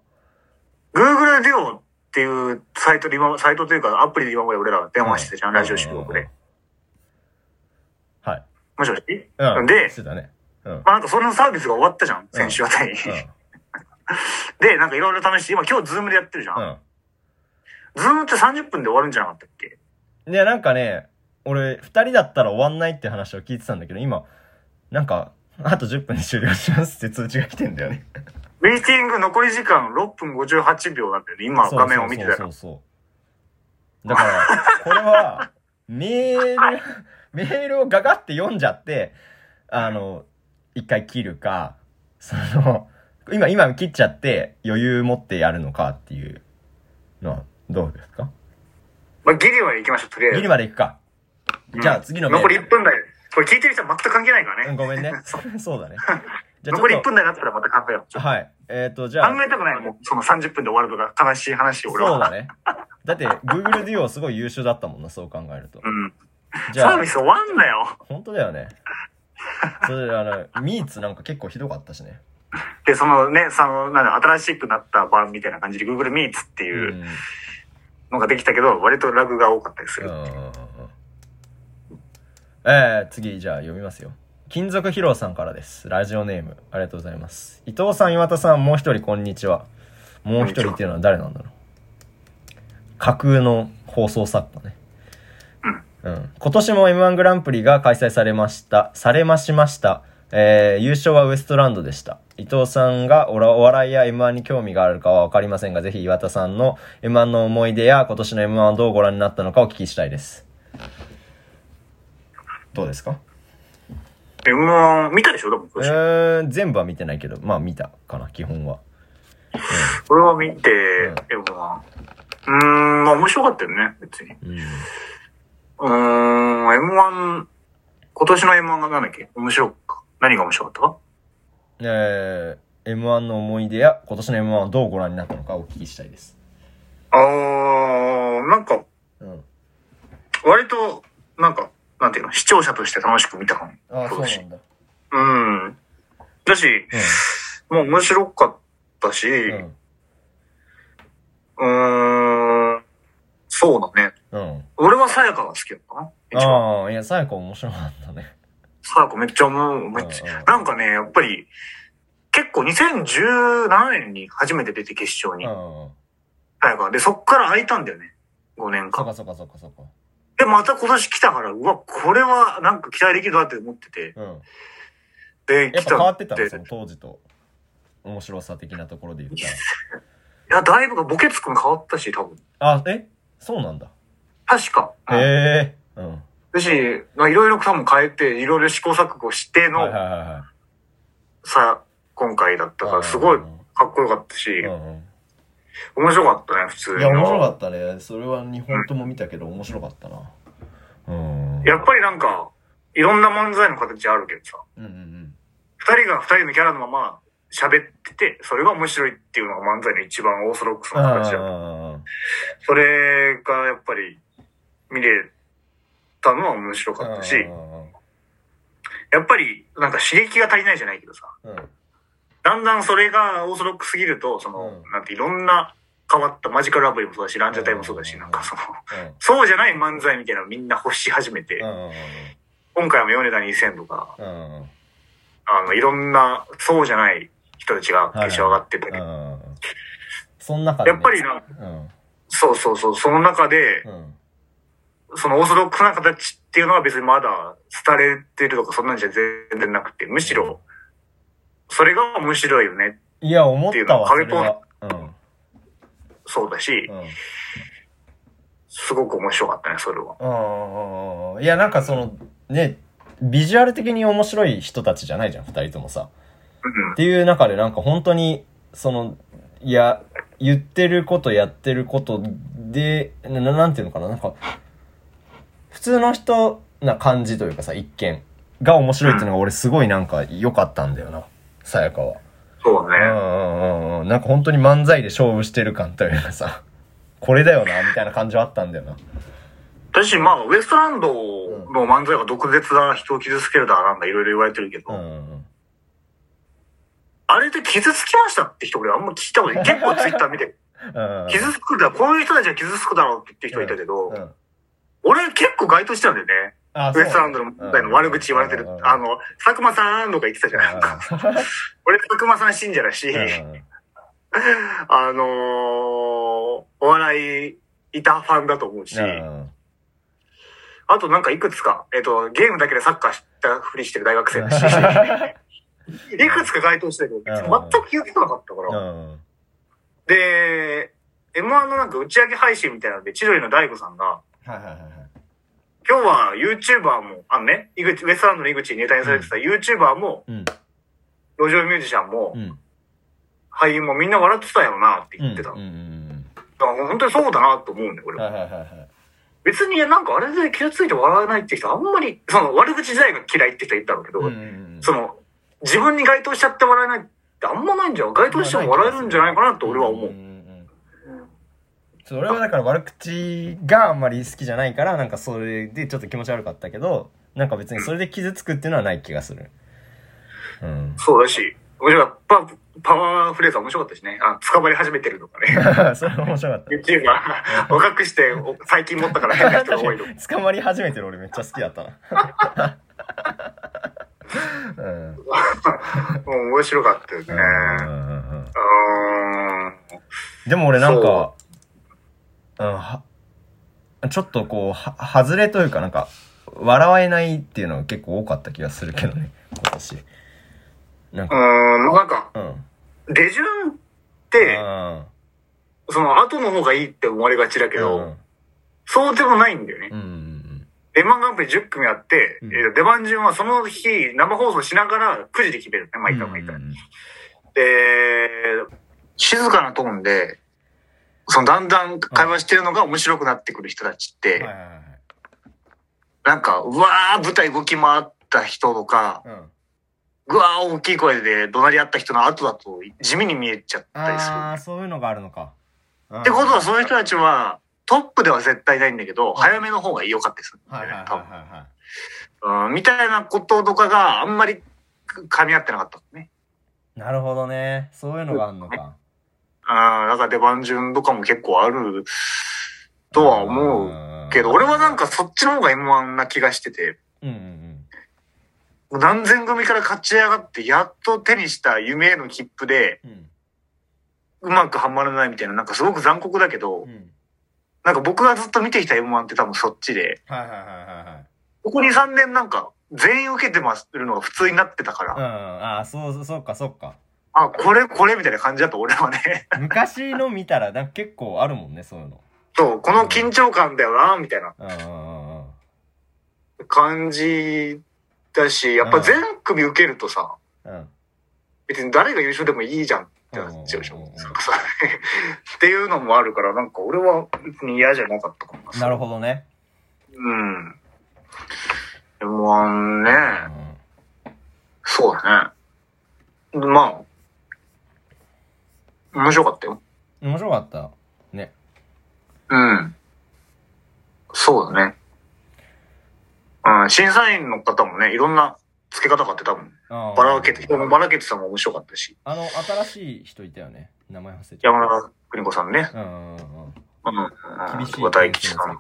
Google Duo っていうサイトで今、サイトというかアプリで今まで俺ら電話してたじゃん、うん、ラジオ収録で。 はい。 もしもし、 うん、 で、 してたね。うん。 まあなんかそのサービスが終わったじゃん、先週あたりに。うんうん、で、なんかいろいろ試して、今今日ズームでやってるじゃん。うん。ズームってさんじゅっぷんで終わるんじゃなかったっけ？ いや、なんかね、俺二人だったら終わんないって話を聞いてたんだけど、今、なんか、あとじゅっぷんで終了しますって通知が来てんだよね。 ミーティング残り時間ろっぷんごじゅうはちびょうなんだよね。今画面を見てたら。そうそうそうそう。だから、これは、メール、メールをガガって読んじゃって、あの、一回切るか、その、今、今切っちゃって余裕持ってやるのかっていうのは、どうですか？ まあ、ギリまで行きましょう、とりあえず。 ギリまで行くか。じゃあ次のメール。 残りいっぷん台。これ聞いてる人は全く関係ないからね。 ごめんね。そうだね。 じゃ残りいっぷん台になったらまた考えよう。 はい。えっと、じゃあ。 考えたくないもう、そのさんじゅっぷんで終わるとか悲しい話を俺は。 そうだね。だって、Google Duo すごい優秀だったもんな、そう考えると。 うん。じゃあ。サービス終わんなよ。 本当だよね。それで、あの、ミーツなんか結構ひどかったしね。 で、そのね、その、なんだ、新しくなった版みたいな感じで Google Meets っていうのができたけど、割とラグが多かったりするっていう。 えー、次、じゃあ読みますよ。金属疲労さんからです。ラジオネーム。ありがとうございます。伊藤さん、岩田さん、もう一人こんにちは。もう一人っていうのは誰なんだろう。架空の放送作家ね。うん。今年も エムワン グランプリが開催されました。されましました。えー、優勝はウエストランドでした。伊藤さんがお笑いや エムワン に興味があるかはわかりませんが、ぜひ岩田さんの エムワン の思い出や今年の エムワン をどうご覧になったのかお聞きしたいです。どうですか？ エムワン 見たでしょ？多分えー、全部は見てないけど、まあ見たかな、基本は。 うん、これは見て、うん、エムワン。うーん、まあ面白かったよね、別に。うん、うーん、エムワン、今年の エムワン がなんだっけ？面白か。何が面白かったか？ えー、エムワン の思い出や今年の エムワン をどうご覧になったのかお聞きしたいです。 あー、なんか、うん、割と、なんか、なんていうの、視聴者として楽しく見たかも。 ああ、そうなんだ。 うん。だし、うん、もう面白かったし、うん、うーん、そうだね。うん。俺はさやかが好きだったな。 ああ、いや、さやか面白かったね。 さやかめっちゃもう、めっちゃ、なんかね、やっぱり、結構にせんじゅうななねんに初めて出て決勝に。さやか。で、そっから空いたんだよね。ごねんかん。 そかそかそかそか。 で、また今年来たから、うわ、これはなんか期待できるなって思ってて。うん。で、 来た。やっぱ変わってたの？その当時と。面白さ的なところで言ったら。 いや、だいぶボケつくん変わったし、多分。 あ、え？そうなんだ。 確か。 へえ。うん。 だし、いろいろ多分変えて、いろいろ試行錯誤しての、はいはいはい、さ、今回だったから、すごいかっこよかったし、うんうん、面白かったね、普通に。 いや、面白かったね。それはにほんとも見たけど、うん、面白かったな。 うん。やっぱりなんか、いろんな漫才の形あるけどさ、うんうんうん、二人が二人のキャラのまま喋ってて、それが面白いっていうのが漫才の一番オーソドックスな形だった。それがやっぱり見れたのは面白かったし、やっぱりなんか刺激が足りないじゃないけどさ、うん、だんだんそれがオーソドックスすぎると、その、うん、なんていろんな変わったマジカルラブリーもそうだし、ランジャタイもそうだし、なんかその、うん、そうじゃない漫才みたいなのみんな欲し始めて、今回も米田にせんとか、あの、いろんなそうじゃない人たちが決勝上がってて、 その中で、 ね、やっぱりな、うん、そうそうそう、その中で、うんそのオーソドックスな形っていうのは別にまだ廃れてるとかそんなんじゃ全然なくて、むしろ、それが面白いよね。 いや、思ったわ、それは。うん。 そうだし、うん、すごく面白かったね、それは。 うん。いや、なんかその、ね、ビジュアル的に面白い人たちじゃないじゃん、二人ともさ。うん。っていう中でなんか本当に、その、いや、言ってることやってることで、な、なんていうのかな、なんか、普通の人な感じというかさ、一見が面白いっていうのが俺すごいなんか良かったんだよな、さやかは。 そうね。 うんうんうん。なんか本当に漫才で勝負してる感というかさ、これだよな、みたいな感じはあったんだよな。 私、まあ、ウエストランドの漫才が毒舌だ、人を傷つけるだ、なんだ、いろいろ言われてるけど、うんうん、あれで傷つきましたって人俺あんま聞いたことない。結構ツイッター見て、うんうん、傷つくだ、こういう人たちは傷つくだろうって言ってる人いたけど、うんうん俺結構該当してたんだよね。ウエストランドの問題の悪口言われてる。あの、佐久間さんとか言ってたじゃないですか。俺佐久間さん信者だし、あのー、お笑いいたファンだと思うし、あとなんかいくつか、えっと、ゲームだけでサッカーしたふりしてる大学生だし、いくつか該当してたけど、全く気づかなかったから。で、エムワン のなんか打ち上げ配信みたいなので、千鳥の大悟さんが、はいはいはいはい。今日は YouTuber も、あのね、井口、ウエストランドの井口にネタにされてた YouTuber も、うん、路上ミュージシャンも、うん、俳優もみんな笑ってたよなって言ってたの。うんうんうん、だから本当にそうだなと思うんだよ、俺は。はいはいはいはい、別になんかあれで傷ついて笑わないって人あんまり、その悪口自体が嫌いって人いたんだけど、うんうんうん、その、自分に該当しちゃって笑えないってあんまないんじゃん。該当しても笑えるんじゃないかなと俺は思う。うんうんうんそれはだから悪口があんまり好きじゃないからなんかそれでちょっと気持ち悪かったけどなんか別にそれで傷つくっていうのはない気がする、 うん、そうだし面白かった。パ、パワーフレーズは面白かったしね。あ、捕まり始めてるのかね。 それ面白かった。 YouTuber 若くして最近持ったから変な人が多いの。 捕まり始めてる俺めっちゃ好きだったな。 うん、もう面白かったよね。 うん、でも俺なんか、うん、はちょっとこうは外れというかなんか笑えないっていうのが結構多かった気がするけどね今年。 なんか、うんなんか、うん、出順って、うん、その後の方がいいって思われがちだけど、うん、そうでもないんだよね。うん、出番カンペじゅっ組あって、うん、えー、出番順はその日生放送しながらくじで決めるね、毎回毎回。うん、で、静かなトーンで、そのだんだん会話してるのが面白くなってくる人たちって、うん、なんか、うわー舞台動き回った人とか、うん、ぐわー大きい声で怒鳴り合った人の後だと地味に見えちゃったりする。 ああ、そういうのがあるのか。 ってことはそういう人たちはトップでは絶対ないんだけど、早めの方が良かったりする。はいはいはいはい。うん、みたいなこととかがあんまり噛み合ってなかったね。 なるほどね。そういうのがあるのか。 ああ、だから出番順とかも結構あるとは思うけど、俺はなんかそっちの方が エムワン な気がしてて。うんうんうん。何千組から勝ち上がってやっと手にした夢への切符で、うん、うまくはまらないみたいな、なんかすごく残酷だけど、うん、なんか僕がずっと見てきた エムワン って多分そっちで、はいはいはいはい。ここにさんねんなんか全員受けてまするのが普通になってたから。うん、 ああ、そう、そうかそうか。 あ、これこれみたいな感じだと俺はね。 昔の見たらなんか結構あるもんね、そういうの。 そう、この緊張感だよな、みたいな。感じだし、やっぱ全組受けるとさ、うん、別に誰が優勝でもいいじゃんってなっちゃうでしょ。っていうのもあるから、なんか俺は別に嫌じゃなかったかもな。なるほどね。 うん。エムワン ね、うん、そうだね。まあ、面白かったよ。 面白かったね。 うん。そうだね。うん、審査員の方もね、いろんな付け方があって多分、ばらけて、人もばらけてたのも面白かったし。 あの、新しい人いたよね。名前忘れちゃった。 山田邦子さんね。うんうんうん。うん。厳しい大吉さん。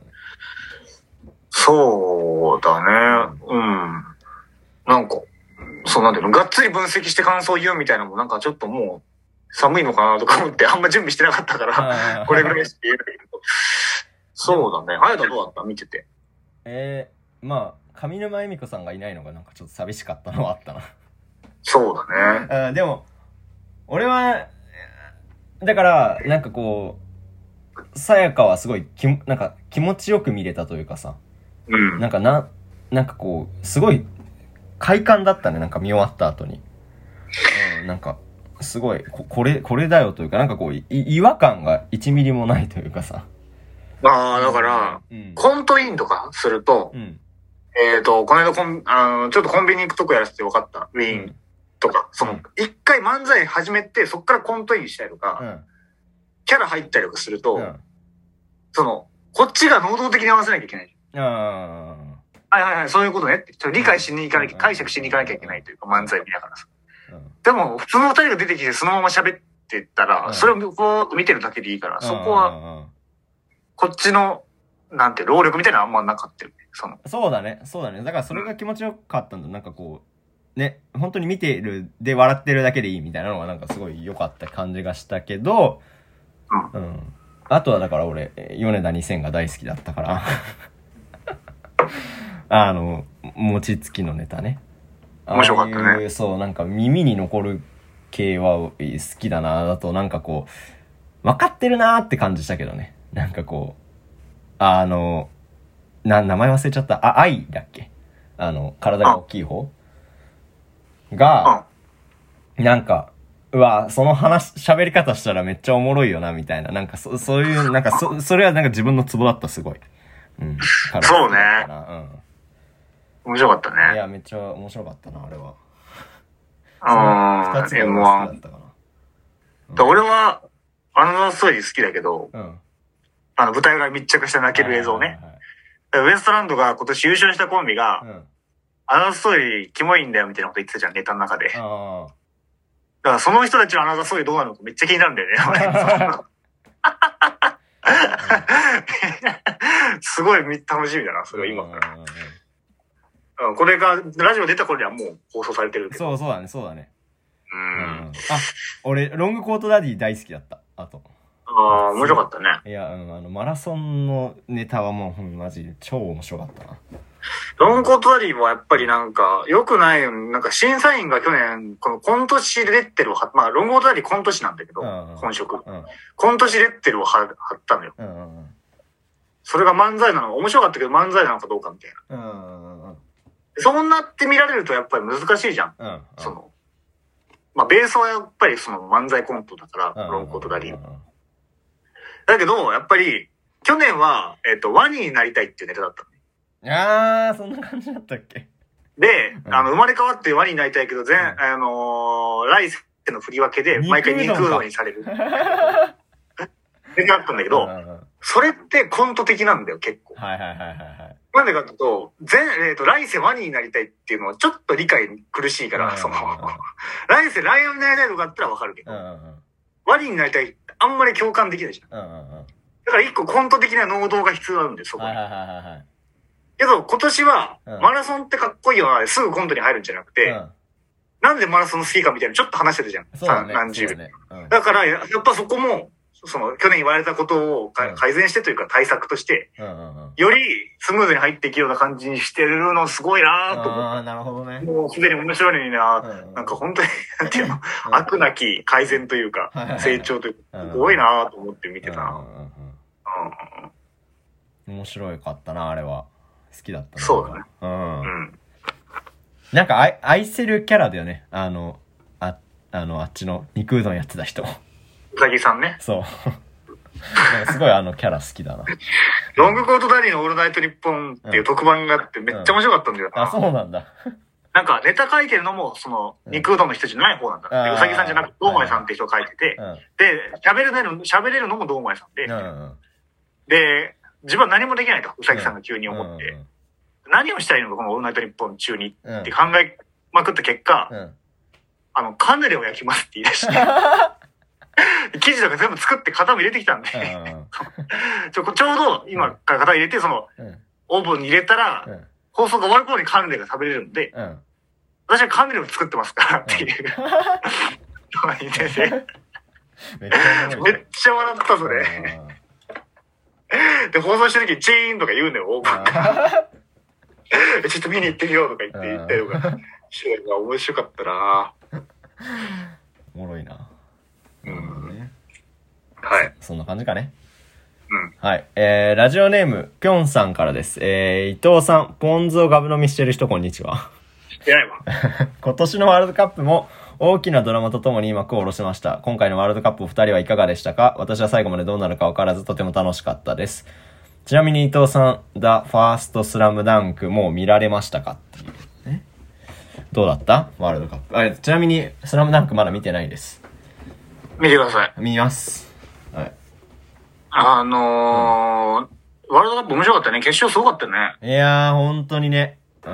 そうだね。うん。なんか、そうなんだよ。がっつり分析して感想を言うみたいなのもなんかちょっともう、寒いのかなとか思ってあんま準備してなかったから、これぐらいしか言えないけど。そうだね。あやたどうだった見てて。 えー、まあ、上沼恵美子さんがいないのがなんかちょっと寂しかったのはあったな。 そうだね。うん、でも、俺は、だから、なんかこう、さやかはすごいき、なんか気持ちよく見れたというかさ、うん。なんかな、なんかこう、すごい快感だったね、なんか見終わった後に。うん、なんか、すごいこ、これ、これだよというか、なんかこう、い違和感がいちミリもないというかさ。 ああ、だから、うん、コントインとかすると、うん、えっ、ー、と、この間コン、あの、ちょっとコンビニ行くとこやらせて分かった。ウィーンとか、うん、その、一回漫才始めて、そっからコントインしたりとか、うん、キャラ入ったりとかすると、うん、その、こっちが能動的に合わせなきゃいけない。あはいはいはい、そういうことねって。ちょっと理解しに行かなきゃ、解釈しに行かなきゃいけないというか、漫才見ながらさ。でも、普通の二人が出てきてそのまま喋ってったら、うん、それをこう見てるだけでいいから、そこは、こっちの、なんて、労力みたいなのあんまなかったよね。その。 そうだね、そうだね。だからそれが気持ちよかったんだ。なんかこう、ね、本当に見てるで笑ってるだけでいいみたいなのがなんかすごい良かった感じがしたけど、うん。うん、あとはだから俺、米田にせんが大好きだったから、あの、餅つきのネタね。 面白かったね。 そう、なんか耳に残る系は好きだな。だとなんかこう、分かってるなーって感じしたけどね。なんかこう、あの、な、名前忘れちゃった。あ、愛だっけあの、体が大きい方が、なんか、うわ、その話、喋り方したらめっちゃおもろいよな、みたいな。なんかそ、そういう、なんかそ、それはなんか自分のツボだった、すごい。うん。 そうね。うん。面白かったね。 いや、めっちゃ面白かったな、あれは。 ああ、エムワン。だったかな。うん、俺は、アナザーストーリー好きだけど、うん、あの、舞台裏密着して泣ける映像ね。はいはいはい、ウエストランドが今年優勝したコンビが、うん、アナザーストーリーキモいんだよみたいなこと言ってたじゃん、ネタの中で。 からその人たちのアナザーストーリーどうなるのかめっちゃ気になるんだよね。すごい楽しみだな、それは今から。うん、これが、ラジオ出た頃にはもう放送されてるけど。 そうそうだね、そうだね。 うん。うん、 あ、俺、ロングコートダディ大好きだった。あと。 ああ、面白かったね。 いや、うん、あの、マラソンのネタはもう、マジで超面白かったな。 ロングコートダディもやっぱりなんか、良くないよ。なんか審査員が去年、このコント師レッテルを貼っ、まあ、ロングコートダディコント師なんだけど、うんうん、本職、うん。コント師レッテルを貼ったのよ。うんうんうん、それが漫才なの、面白かったけど漫才なのかどうかみたいな。うんうんうん、そうなって見られるとやっぱり難しいじゃん。うんうん、その、まあ、ベースはやっぱりその漫才コントだから、ロングコートダディ。だけど、やっぱり、去年は、えっと、ワニになりたいっていうネタだったのね。 あー、そんな感じだったっけ。 で、うん、あの、生まれ変わってワニになりたいけど、全、うん、あのー、来世の振り分けで、毎回肉うどんにされる。ネタだったんだけど、それってコント的なんだよ、結構。はいはいはいはい。なんでかっていうと、全、えっと、来世ワニになりたいっていうのはちょっと理解苦しいから、その、来世ライオンになりたいとかだったらわかるけど、ワニになりたいってあんまり共感できないじゃん。だから一個コント的な能動が必要なんで、そこに。けど今年は、マラソンってかっこいいよな、すぐコントに入るんじゃなくて、うん、なんでマラソン好きかみたいなちょっと話してたじゃん。そうだね、何十、ねうん。だからやっぱそこも、その去年言われたことをか、うん、改善してというか対策として、うんうんうん、よりスムーズに入っていくような感じにしてるのすごいなぁと思って。 ああ、なるほどね。 もうすでに面白いのにな、うんうん、なんか本当に、なんていうの、うん、悪なき改善というか、成長というか、すごいなぁと思って見てたな。 面白かったな、あれは。好きだったな。 そうだね。うん。 うん、なんか愛、愛せるキャラだよね。あの、あ、あの、あっちの肉うどんやってた人。 うさぎさんね。 そう。なんかすごいあのキャラ好きだな。 ロングコートダディのオールナイトニッポンっていう特番があってめっちゃ面白かったんだよな。 うんうん、あ、そうなんだ。 なんかネタ書いてるのも、その、肉うどんの人じゃない方なんだ。うん、うさぎさんじゃなくて、堂前さんって人が書いてて、うん、で、喋れるの、喋れるのも堂前さんで、うん、で、自分は何もできないと、うさぎさんが急に思って、うんうん、何をしたらいいのか、このオールナイトニッポン中にって考えまくった結果、うん、あの、カヌレを焼きますって言い出して、生地とか全部作って型も入れてきたんで、ちょ、ちょうど今から型入れて、その、うん、オーブンに入れたら、うん、放送が終わる頃にカヌレが食べれるんで、うん、私はカヌレを作ってますからっていう、のが言ってて、めっちゃ笑った、それ。で、放送した時にチーンとか言うんだよ、オーブンが。ちょっと見に行ってみようとか言って言ったりとか、してるのが面白かったなおもろいな。 うん。ね、はい。 そんな感じかね。 うん。 はい。えー、ラジオネーム、ぴょんさんからです。えー、伊藤さん、ポン酢をガブ飲みしてる人、こんにちは。 してないわ。 今年のワールドカップも、大きなドラマとともに幕を下ろしました。今回のワールドカップお二人はいかがでしたか？私は最後までどうなるか分からずとても楽しかったです。ちなみに伊藤さん、ザ・ファーストスラムダンクもう見られましたかっていうね。どうだったワールドカップ。あれ、ちなみにスラムダンクまだ見てないです。 見てください。 見ます。はい。 あのー、うん、ワールドカップ面白かったね。決勝すごかったね。 いやー、本当にね。うん。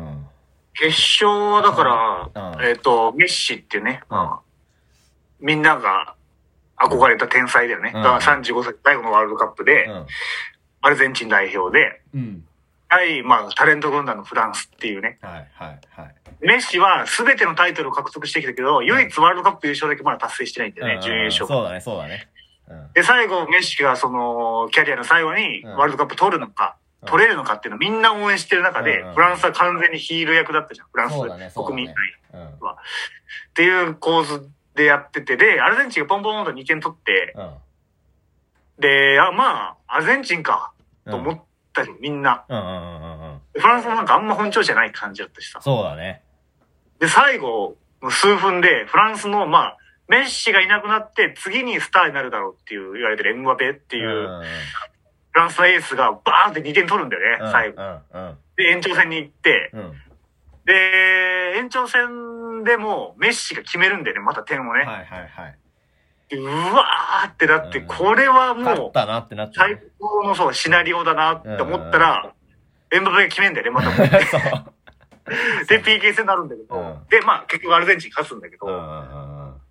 決勝はだから、うん、えっ、ー、と、メッシっていうね、うん、みんなが憧れた天才だよね。うん、だからさんじゅうごさい最後のワールドカップで、うん、アルゼンチン代表で、うん、はい、まあ、タレント軍団のフランスっていうね。 はい、はい、はい。 メッシは全てのタイトルを獲得してきたけど、うん、唯一ワールドカップ優勝だけまだ達成してないんだよね、うん、準優勝。 そうだね、そうだね。うん、 で、最後、メッシがその、キャリアの最後にワールドカップ取るのか、うん、取れるのかっていうのをみんな応援してる中で、うんうん、フランスは完全にヒール役だったじゃん。フランス、ね、国民内は、ねうん。っていう構図でやってて、で、アルゼンチンがポンポンとにてん取って、うん、で、あ、まあ、アルゼンチンか、と思ったよ、みんな、うんうんうんうん。フランスもなんかあんま本調子じゃない感じだったしさ。 そうだね。 で、最後、数分で、フランスの、まあ、メッシがいなくなって、次にスターになるだろうっていう言われてるエムバペっていう、うんうん、フランスのエースがバーンってにてん取るんだよね、うん、最後、うんうん。で、延長戦に行って、うん、で、延長戦でもメッシが決めるんだよね、また点をね。はいはいはい。で、うわーってなって、うん、これはもう、 勝ったなってなって、 ね、最高のそう、シナリオだなって思ったら、うん、エムバペが決めんだよね、また。そう。で、ピーケー 戦になるんだけど、うん、で、まあ、結局アルゼンチン勝つんだけど、うん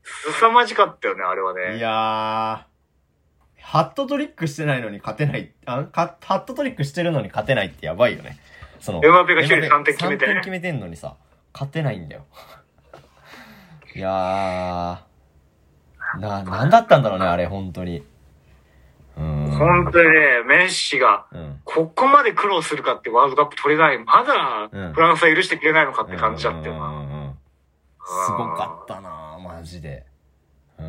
凄まじかったよね、あれはね。 いやー、ハットトリックしてないのに勝てない。あ、ハットトリックしてるのに勝てないってやばいよね。その、 エムバペが一人でさんてん決めて、ね。 さんてん決めてんのにさ、勝てないんだよ。いやー、な、なんだったんだろうね、あれ、本当に。 うん。本当にね、メッシが、ここまで苦労するかってワールドカップ取れない。まだ、フランスは許してくれないのかって感じだったよな。うんうんうんうん、 すごかったなマジで。うん。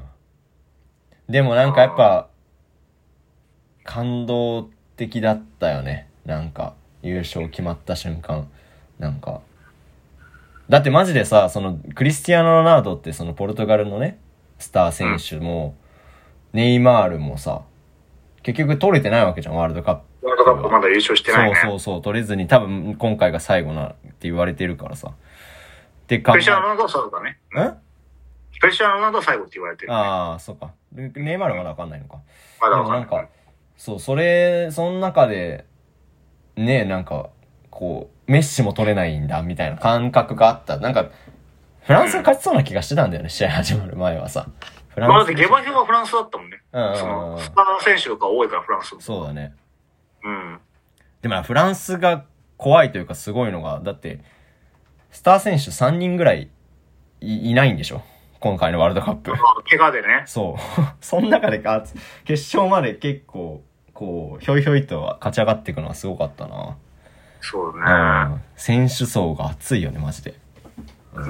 でもなんかやっぱ、感動的だったよね。なんか、優勝決まった瞬間。なんか。だってマジでさ、その、クリスティアーノ・ロナウドってそのポルトガルのね、スター選手も、うん、ネイマールもさ、結局取れてないわけじゃん、ワールドカップ。 ワールドカップまだ優勝してないね。 そうそうそう、取れずに多分今回が最後なって言われてるからさ。 で、クリスティアーノ・ロナウドは最後だね。 んクリスティアーノ・ロナウドは最後って言われてる、ね。 ああ、そうか。ネイマールまだわかんないのか。 まだわかんない。 でもなんか、そう、それ、その中で、ね、なんか、こう、メッシも取れないんだ、みたいな感覚があった。なんか、フランスが勝ちそうな気がしてたんだよね、試合始まる前はさ。 フランス。まあ、だって下馬評はフランスだったもんね。うん。その、スター選手とか多いからフランス。 そうだね。 うん。 でもフランスが怖いというかすごいのが、だって、スター選手さんにんぐらい い, いないんでしょ今回のワールドカップ。 怪我でね。 そう。その中でか、決勝まで結構、こう、ひょいひょいと勝ち上がっていくのはすごかったな。 そうだね。 うん。選手層が熱いよね、マジで。 うん。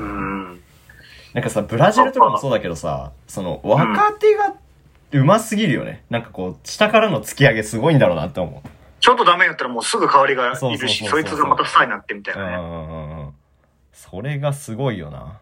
なんかさ、ブラジルとかもそうだけどさ、その、若手が上手すぎるよね。なんかこう、下からの突き上げすごいんだろうなって思う。 ちょっとダメやったらもうすぐ代わりがいるし、そいつがまたスターになってみたいなね。 うんうんうん。それがすごいよな。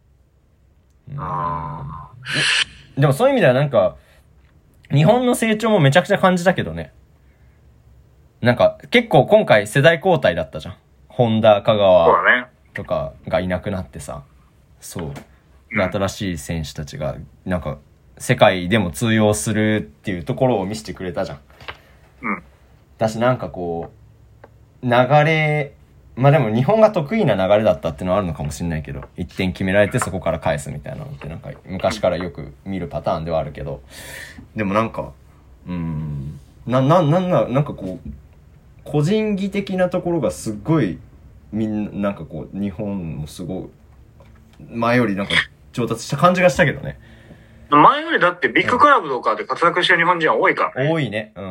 ああ。でもそういう意味ではなんか、日本の成長もめちゃくちゃ感じたけどね。なんか、結構今回世代交代だったじゃん。本田、香川とかがいなくなってさ。そう。で、新しい選手たちが、なんか、世界でも通用するっていうところを見せてくれたじゃん。 うん。 だしなんかこう、流れ、まあでも日本が得意な流れだったっていうのはあるのかもしれないけど、一点決められてそこから返すみたいなのってなんか昔からよく見るパターンではあるけど、でもなんか、うーん、な、な、な、な、なんかこう、個人技的なところがすっごい、みんな、なんかこう、日本もすごい、前よりなんか上達した感じがしたけどね。 前よりだってビッグクラブとかで活躍してる日本人は多いからね。多いね。うん。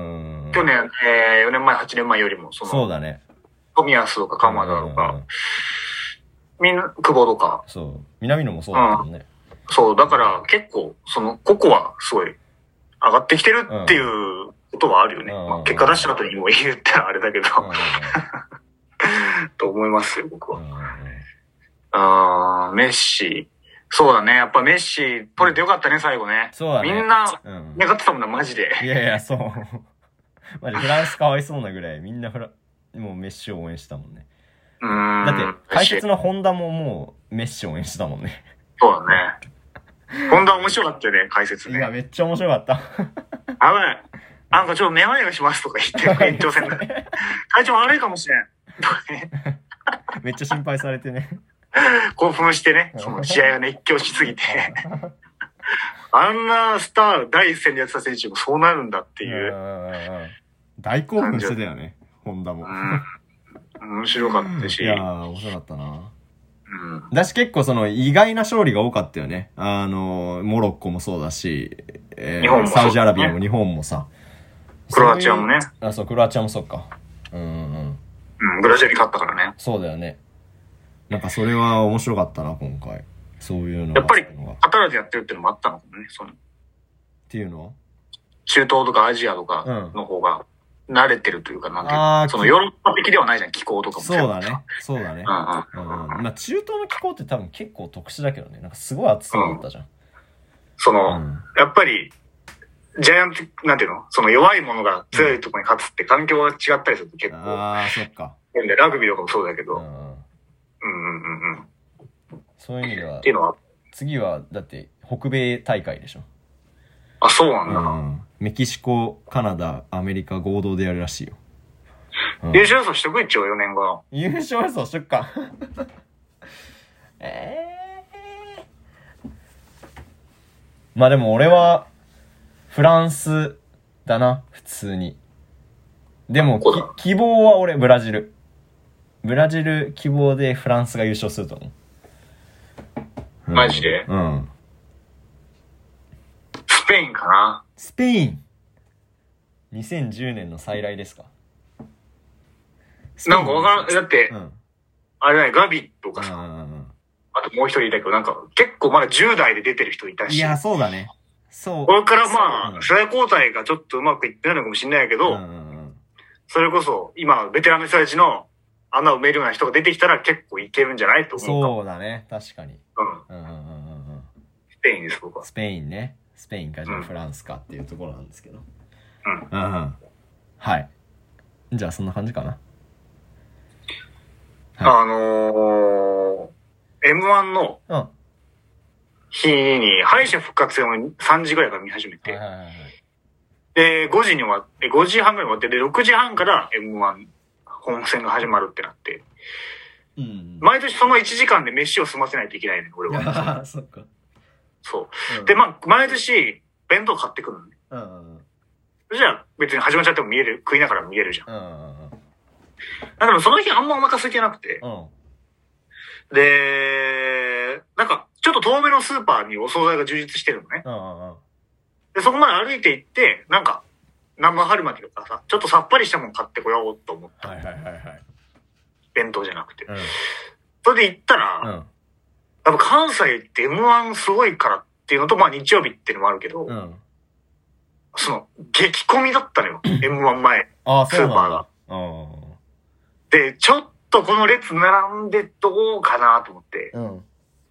去年、えー、よねんまえ、はちねんまえよりも、その、 そうだね。 富安とか鎌田とか、みんな、久保とか。 そう。南野もそうだったもんね、 うん。そう、だから結構、その、個々はすごい上がってきてるっていうことはあるよね。うんまあ、結果出した後にも言ったらあれだけど、と思いますよ、僕は。あー、メッシ。そうだね。やっぱメッシ取れてよかったね、最後ね。 そうだね。 みんな、願ってたもんな、マジで。 いやいや、そう。マジフランスかわいそうなぐらい、みんなフラ、もうメッシを応援したもんね。 うーん。 だって、解説のホンダももうメッシを応援してたもんね。 そうだね。ホンダ面白かったよね、解説ね。 いや、めっちゃ面白かった。 あばい。なんかちょっとめまいがしますとか言って、延長戦で。体調悪いかもしれん。 めっちゃ心配されてね。 興奮してね、その試合を熱狂しすぎて。あんなスター、第一線でやってた選手もそうなるんだっていう。 大興奮してたよね、ホンダも。 うん、面白かったし。 いやー、面白かったな。うん。だし結構その意外な勝利が多かったよね。あの、モロッコもそうだし、えー、日本もサウジアラビアも日本もさ。 クロアチアもね。 あ、そう、クロアチアもそうか。うんうん。 うん、ブラジルに勝ったからね。 そうだよね。なんかそれは面白かったな、今回。そういうのやっぱり、カタールでやってるっていうのもあったのかもね、その。 っていうのは中東とかアジアとかの方が慣れてるというか、なんていうそのヨーロッパ的ではないじゃん、気候とかも。 そうだね。そうだね。 うんうん。うん。まあ中東の気候って多分結構特殊だけどね。なんかすごい暑そうだったじゃん。うん、 その、うん、やっぱり、ジャイアント、なんていうのその弱いものが強いところに勝つって環境が違ったりすると結構。 ああ、そっか。 ラグビーとかもそうだけど。うんうんうんうん。 そういう意味では。 っていうのは次は、だって北米大会でしょ。 あ、そうなんだ。 うん。メキシコ、カナダ、アメリカ合同でやるらしいよ。 うん、優勝予想しとく一応よねんご。 優勝予想しとくか。えまあでも俺は、フランスだな、普通に。でも、き希望は俺、ブラジル。ブラジル希望でフランスが優勝すると思う。 うん、マジで？ うん。 スペインかな？ スペイン。にせんじゅうねんの再来ですか？ なんかわからん、だって、うん、あれだね、ガビとかさ、うんうんうん、あともう一人いたけど、なんか結構まだじゅう代で出てる人いたし。 いや、そうだね。そう。 これからまあ、うん、世代交代がちょっとうまくいってないのかもしれないけど、うんうんうん、それこそ今、ベテランの人たちの穴を埋めるような人が出てきたら結構いけるんじゃないと思う。 そうだね、確かに。うん。うんうんうんうん。 スペインです、僕は。 スペインね。スペインかじゃあフランスかっていうところなんですけど。 うん。うんうん。はい。じゃあそんな感じかな。 はい、あのー、エムワン の日に敗者復活戦をさんじぐらいから見始めて、はいはいはい、で、ごじに終わって、ごじはんぐらいに終わって、で、ろくじはんから エムワン 本戦が始まるってなって、うん、毎年そのいちじかんで飯を済ませないといけないね、俺は。 そっか。 そう。うん、で、まあ、毎年弁当買ってくるのね。うん、じゃあ別に始まっちゃっても見える、食いながら見えるじゃん。うんだからその日あんまお腹空いてなくて。うん、で、なんか、ちょっと遠めのスーパーにお惣菜が充実してるのね。うんうん、で、そこまで歩いて行って、なんか、生春巻きとかさ、ちょっとさっぱりしたもの買ってこようと思った。はいはいはいはい。弁当じゃなくて。うん、それで行ったら、うん、やっぱ関西って エムワン すごいからっていうのと、まあ日曜日っていうのもあるけど、うん、その、激混みだったのよ。エムワン 前。あスーパーが。で、ちょっとこの列並んでどうかなと思って、うん、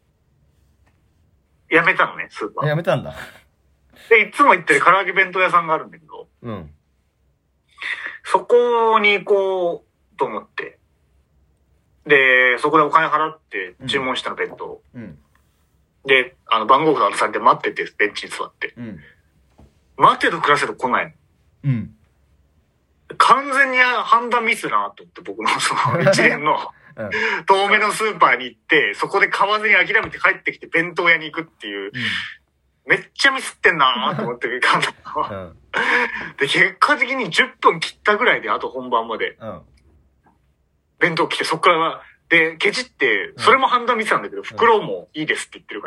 やめたのね、スーパー。 やめたんだ。 で、いつも行ってる唐揚げ弁当屋さんがあるんだけど、うん、そこに行こうと思って、で、そこでお金払って注文したの弁当。うん、で、あの、番号札渡されて待ってて、ベンチに座って。うん、待ってと暮らせと来ないの。うん完全に判断ミスだなと思って、僕のその一連の遠目のスーパーに行って、そこで買わずに諦めて帰ってきて弁当屋に行くっていう、うん、めっちゃミスってんなと思って感じた、うん、で、結果的にじゅっぷん切ったぐらいで、あと本番まで、うん、弁当来て、そっからは、で、ケチって、それも判断ミスなんだけど、うん、袋もいいですって言ってるから、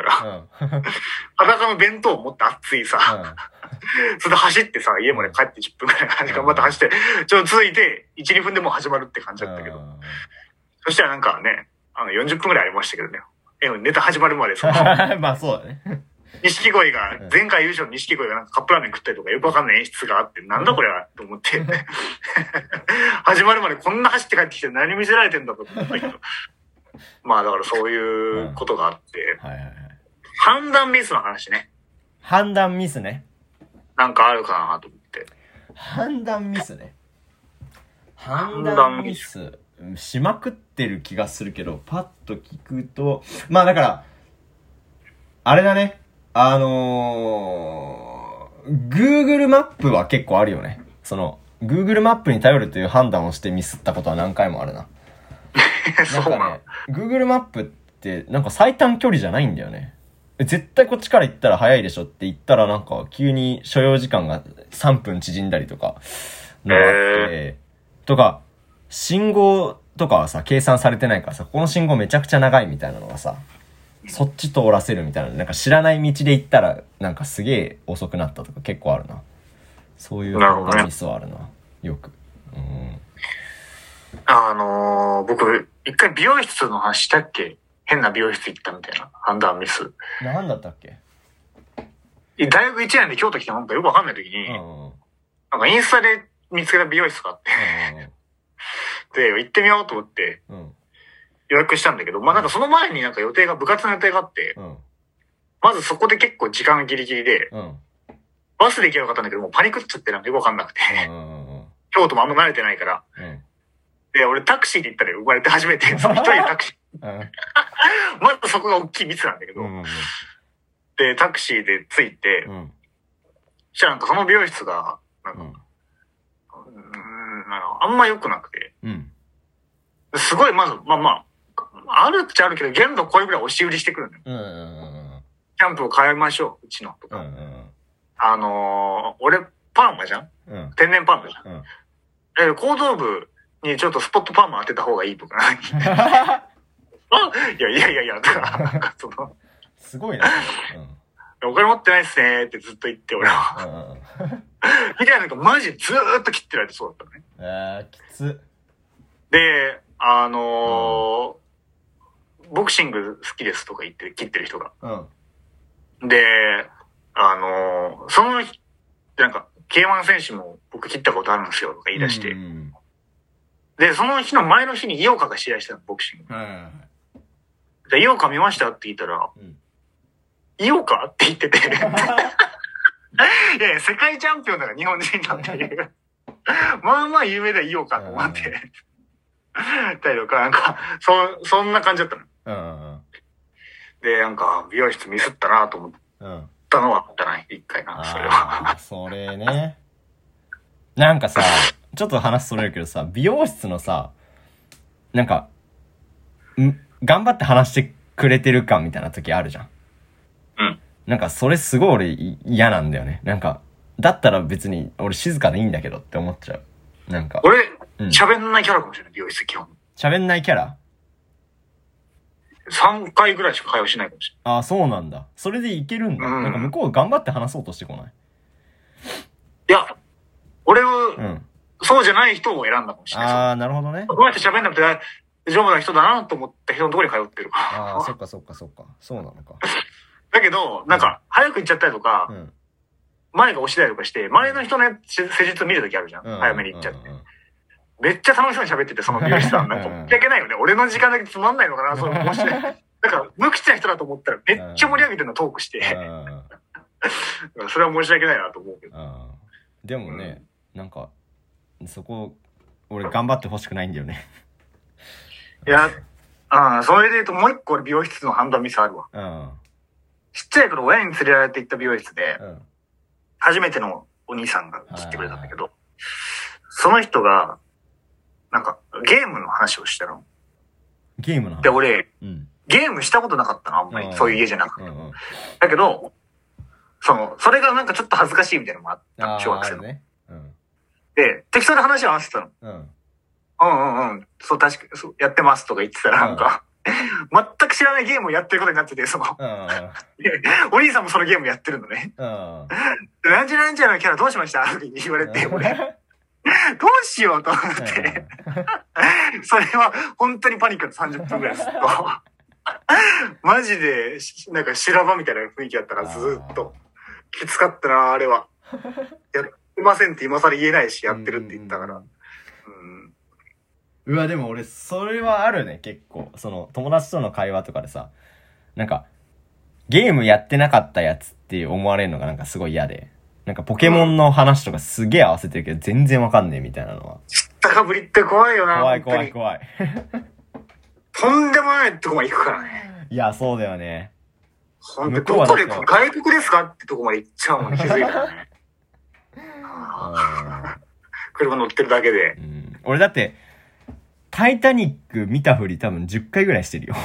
うん、裸の弁当を持って熱いさ、うん、それで走ってさ、家まで帰ってじゅっぷんくらい頑張って走って、ちょっと続いて、いち、にふんでもう始まるって感じだったけど、うん、そしたらなんかね、あのよんじゅっぷんくらいありましたけどね、ネタ始まるまでその、 まあそうだね。 錦鯉が、前回優勝の錦鯉がなんかカップラーメン食ったりとかよくわかんない演出があって、なんだこれはと思って、始まるまでこんな走って帰ってきて何見せられてんだと思ったけど、まあだからそういうことがあって、うんはいはいはい、判断ミスの話ね。 判断ミスね。 なんかあるかなと思って。 判断ミスね。判断ミスしまくってる気がするけど、パッと聞くと、まあだから、あれだね。あのー、Google マップは結構あるよね。その、Google マップに頼るという判断をしてミスったことは何回もあるな。なんかね、Google マップってなんか最短距離じゃないんだよね。絶対こっちから行ったら早いでしょって言ったらなんか急に所要時間がさんぷん縮んだりとかのがあって、とか、信号とかはさ、計算されてないからさ、この信号めちゃくちゃ長いみたいなのがさ、そっち通らせるみたいな、なんか知らない道で行ったらなんかすげえ遅くなったとか結構あるな。そういうミスはあるな。よく。うん、 あのー、僕、一回美容室の話したっけ？変な美容室行ったみたいな判断ミス。 何だったっけ？ 大学いちねんで京都来てなんかよくわかんない時に、うんうん、なんかインスタで見つけた美容室があって、うんうん、で、行ってみようと思って、うん予約したんだけど、まあなんかその前になんか予定が、部活の予定があって、うん、まずそこで結構時間ギリギリで、うん、バスで行けばよかったんだけど、もうパニックっちゃってなんかよくわかんなくて、うんうんうん、京都もあんま慣れてないから、うん、で、俺タクシーで行ったら生まれて初めて、その一人でタクシー、うん、まずそこが大きいミスなんだけど、うんうんうん、で、タクシーで着いて、うん、そしたらなんかその美容室が、なんか、うん、うーんなんかあんま良くなくて、うん、すごいまず、まあまあ、あるっちゃあるけど、限度超えるぐらい押し売りしてくるんだよ。うんうんうん、 キャンプを変えましょう、うちのとか。 うんうん、あのー、俺、パーマじゃん、うん、天然パーマじゃん。うん、え、後頭部にちょっとスポットパーマ当てた方がいいとかないいやいやいやいや、だから、なんかその。 すごいな。 うん、お金持ってないっすねーってずっと言って、俺は。みたいなのがマジでずーっと切ってられてそうだったね。 えー、きつ。 で、あのーうん、ボクシング好きですとか言って切ってる人が。うん、で、あのー、その、なんか、ケーワン 選手も僕切ったことあるんですよとか言い出して。うんうん、で、その日の前の日に井岡が試合したの、ボクシング。はいはいはい、で、井岡見ましたって言ったら、うん、井岡って言ってて。いやいや、世界チャンピオンだから日本人なんていう。まあまあ有名だよ、井岡と思って。たりとか、なんか、そ、そんな感じだったの。うん、で、なんか、美容室ミスったなと思ったのはあったな、一回な、それは。 それね。なんかさ、ちょっと話それるけどさ、美容室のさ、なんか、ん頑張って話してくれてる感みたいな時あるじゃん。うん。なんかそれすごい俺嫌なんだよね。なんか、だったら別に俺静かでいいんだけどって思っちゃう。なんか。 俺、喋、うん、んないキャラかもしれない、美容室基本。 喋んないキャラ ? さん 回ぐらいしか会話しないかもしれない。 ああ、そうなんだ。それでいけるんだ。うん、なんか向こう頑張って話そうとしてこない？ いや、俺は、うん、そうじゃない人を選んだかもしれない。 ああ、なるほどね。 こうやって喋んなくて丈夫な人だなと思った人のところに通ってる。 ああ、そっかそっかそっか。そうなのか。 だけど、なんか、早く行っちゃったりとか、うん、前が押したりとかして、前の人の施術見るときあるじゃん。うん、早めに行っちゃって。うんうん、めっちゃ楽しそうに喋ってて、その美容師さん。なんか、申し訳ないよね。俺の時間だけつまんないのかな、その申し訳ない。なんか、無口な人だと思ったら、めっちゃ盛り上げてるのトークして。それは申し訳ないなと思うけど。 でもね、うん、なんか、そこ、俺頑張ってほしくないんだよね。 いや、ああ、それで言うともう一個美容室の判断ミスあるわ。うん、ちっちゃい頃親に連れられて行った美容室で、うん、初めてのお兄さんが切ってくれたんだけど、その人が、なんか、ゲームの話をしたの。 ゲームの話で、俺、うん、ゲームしたことなかったの、あんまり。そういう家じゃなくて。うんうん、だけど、その、それがなんかちょっと恥ずかしいみたいなのもあった。小学生の。ねうん、で、適当な話を合わせてたの。うん、うんうんうん。そう、確かそう、やってますとか言ってたら、なんか、うん、全く知らないゲームをやってることになってて、その、うん、お兄さんもそのゲームやってるのね。うん、なんちゃらなんちゃらのキャラどうしましたって言われて、俺、どうしようと思って、それは本当にパニックだったさんじゅっぷんぐらいずっと。マジで、なんか修羅場みたいな雰囲気だったからずっと。きつかったな、あれは。やってませんって今更言えないし、やってるって言ったから。 うんうわ、でも俺、それはあるね、結構。その、友達との会話とかでさ、なんか、ゲームやってなかったやつって思われるのがなんかすごい嫌で。なんかポケモンの話とかすげえ合わせてるけど、全然わかんねえみたいなのは。 知ったかぶりって怖いよな。 怖い怖い怖い。 とんでもないとこまで行くからね。 いや、そうだよね。 ほんと、どこで、外国ですかってとこまで行っちゃうもんね、気づいたらね。車乗ってるだけで。 うん、俺だって、タイタニック見たふり多分じゅっかいぐらいしてるよ。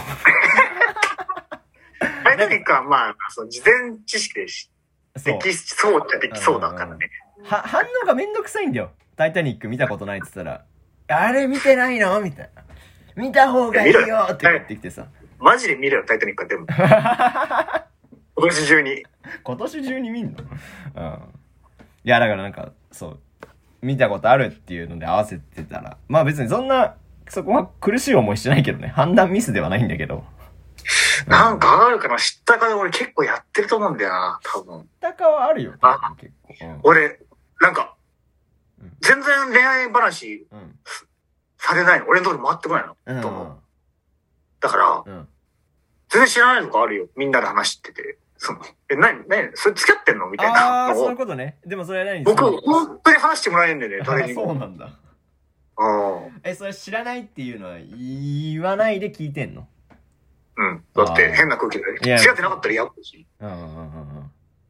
タイタニックはまあ、その事前知識でし、できそうじゃできそうだからね。 は、反応がめんどくさいんだよ。タイタニック見たことないって言ったら、あれ見てないのみたいな。見た方がいいよって言ってきてさ。 マジで見るよ、タイタニックはでも。今年中に。 今年中に見んの？うん。いや、だからなんか、そう、見たことあるっていうので合わせてたら、まあ別にそんな、そこは苦しい思いしてないけどね。判断ミスではないんだけど。 なんかあるかな、知ったかで俺結構やってると思うんだよな、多分。知ったかはあるよ、 あ結構。うん、俺、なんか、うん、全然恋愛話、うん、されないの。俺のところに回ってこないの。うん、と思う。だから、うん、全然知らないのがあるよ。みんなで話してて。その、え、なに、なに、それ付き合ってんのみたいな。 ああ、そういうことね。でもそれは何僕、本当に話してもらえんだよね、誰にも。 そうなんだ。え、それ知らないっていうのは言わないで聞いてんの？ うん。だって変な空気で。付き合ってなかったら嫌だし。うんうんうんうん。うん。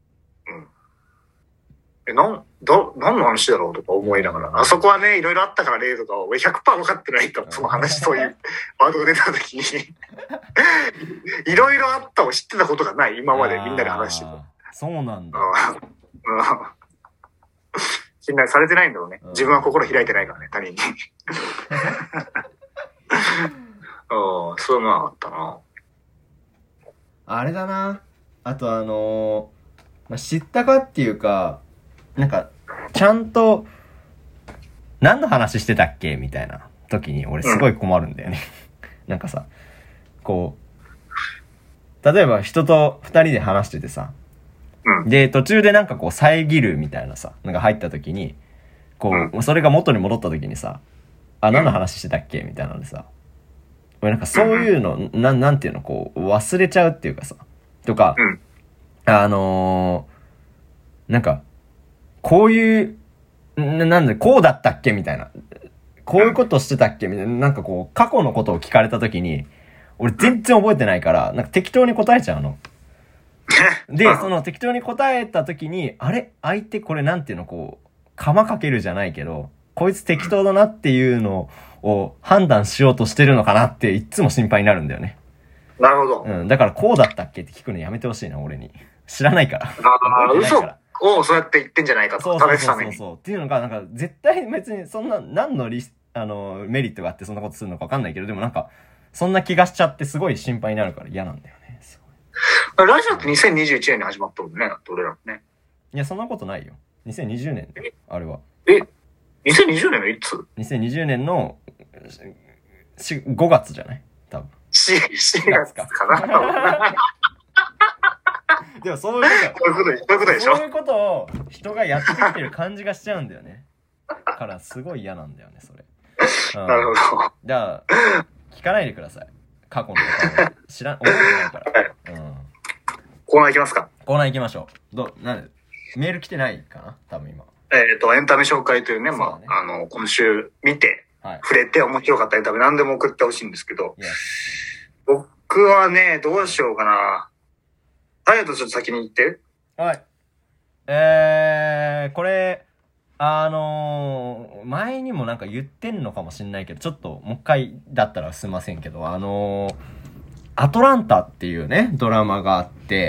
え、なん、だ、何の話だろうとか思いながら。あそこはね、いろいろあったからねとか、俺 ひゃくパーセント 分かってないから、その話、そういうワードが出た時に。 いろいろあったを知ってたことがない、今までみんなで話してた。 そうなんだ。 信頼されてないんだろうね。自分は心開いてないからね、他人に。ああ、そういうのはあったな。 あれだな。あとあのー、まあ、知ったかっていうか、なんか、ちゃんと、何の話してたっけみたいな時に俺すごい困るんだよね。うん、なんかさ、こう、例えば人と二人で話しててさ、うん、で、途中でなんかこう遮るみたいなさ、なんか入った時に、こう、それが元に戻った時にさ、あ、何の話してたっけみたいなのでさ、俺なんかそういうの、な、なんていうの、こう、忘れちゃうっていうかさ、とか、うん、あのー、なんか、こういう、な、なんで、こうだったっけみたいな。こういうことしてたっけみたいな。なんかこう、過去のことを聞かれたときに、俺全然覚えてないから、なんか適当に答えちゃうの。で、その適当に答えたときに、あれ相手これなんていうの、こう、釜かけるじゃないけど、こいつ適当だなっていうのを判断しようとしてるのかなっていつも心配になるんだよね。 なるほど。 うん。だからこうだったっけって聞くのやめてほしいな、俺に。知らないから。 ああ、嘘をそうやって言ってんじゃないかと。 そうそうそうそうそう。っていうのが、なんか絶対別にそんな、何のリス、あの、メリットがあってそんなことするのかわかんないけど、でもなんか、そんな気がしちゃってすごい心配になるから嫌なんだよね。すごい。ラジオってにせんにじゅういちねんに始まったもんね、俺らね。 いや、そんなことないよ。にせんにじゅうねんで、あれは。 え ?にせんにじゅうねんのいつ ? にせんにじゅうねんのごがつじゃない多分。 し、しがつかなでもそういうこと、 そういうことでしょ。 そういうことを人がやってきてる感じがしちゃうんだよね。からすごい嫌なんだよね、それ。 うん、なるほど。 じゃあ、聞かないでください。過去のことを。知らん、覚えてないから。はい、うん。 コーナー行きますか。 コーナー行きましょう。ど、なんで、メール来てないかな多分今。 えっと、エンタメ紹介というね、まあ、ね、あの、今週見て、はい、触れて面白かったエンタメ何でも送ってほしいんですけど、yes. 僕はね、どうしようかな。ハヤトちょっと先に言って。 はい。えー、これ、あのー、前にもなんか言ってんのかもしんないけど、ちょっともう一回だったらすいませんけど、あのー、アトランタっていうね、ドラマがあって、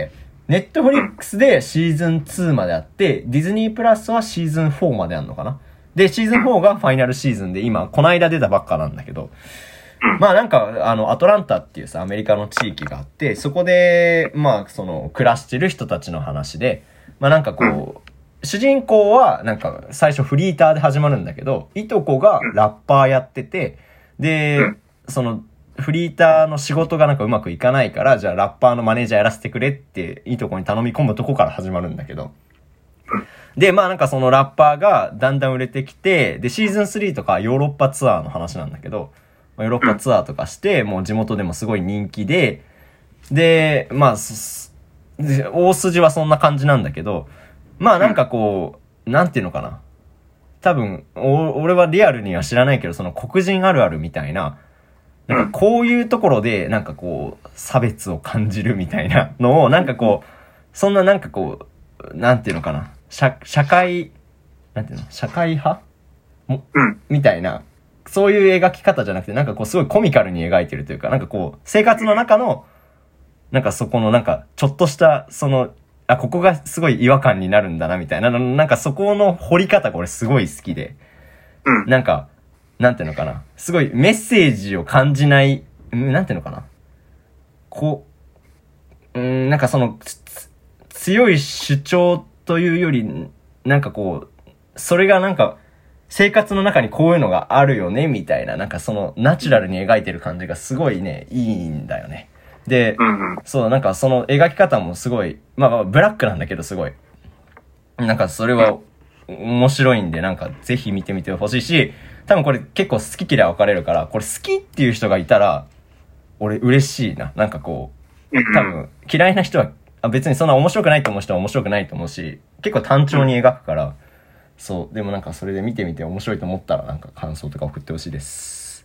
ネットフリックスでシーズンツーまであって、ディズニープラスはシーズンフォーまであるのかな。で、シーズンフォーがファイナルシーズンで今、この間出たばっかなんだけど、まあなんか、あの、アトランタっていうさ、アメリカの地域があって、そこで、まあ、その、暮らしてる人たちの話で、まあなんかこう、主人公は、なんか、最初フリーターで始まるんだけど、いとこがラッパーやってて、で、その、フリーターの仕事がなんかうまくいかないから、じゃあラッパーのマネージャーやらせてくれって、いとこに頼み込むとこから始まるんだけど、で、まあなんかそのラッパーがだんだん売れてきて、で、シーズンスリーとかヨーロッパツアーの話なんだけど、ヨーロッパツアーとかして、もう地元でもすごい人気で、で、まあ、大筋はそんな感じなんだけど、まあなんかこう、なんていうのかな。多分、お俺はリアルには知らないけど、その黒人あるあるみたいな、なんかこういうところで、なんかこう、差別を感じるみたいなのを、なんかこう、そんななんかこう、なんていうのかな。社、社会、なんていうの社会派も、うん、みたいな、そういう描き方じゃなくて、なんかこうすごいコミカルに描いてるというか、なんかこう、生活の中の、なんかそこのなんか、ちょっとした、その、あ、ここがすごい違和感になるんだな、みたいな、なんかそこの掘り方が俺すごい好きで、うん、なんか、なんていうのかな、すごいメッセージを感じない、なんていうのかな、こう、うん、なんかその、強い主張というより、なんかこう、それがなんか、生活の中にこういうのがあるよね、みたいな、なんかその、ナチュラルに描いてる感じがすごいね、いいんだよね。で、うんうん、そう、なんかその描き方もすごい、まあまあ、ブラックなんだけどすごい。なんかそれは面白いんで、なんかぜひ見てみてほしいし、多分これ結構好き嫌い分かれるから、これ好きっていう人がいたら、俺嬉しいな。なんかこう、多分嫌いな人は、別にそんな面白くないと思う人は面白くないと思うし、結構単調に描くから、そう、でもなんかそれで見てみて面白いと思ったら、なんか感想とか送ってほしいです。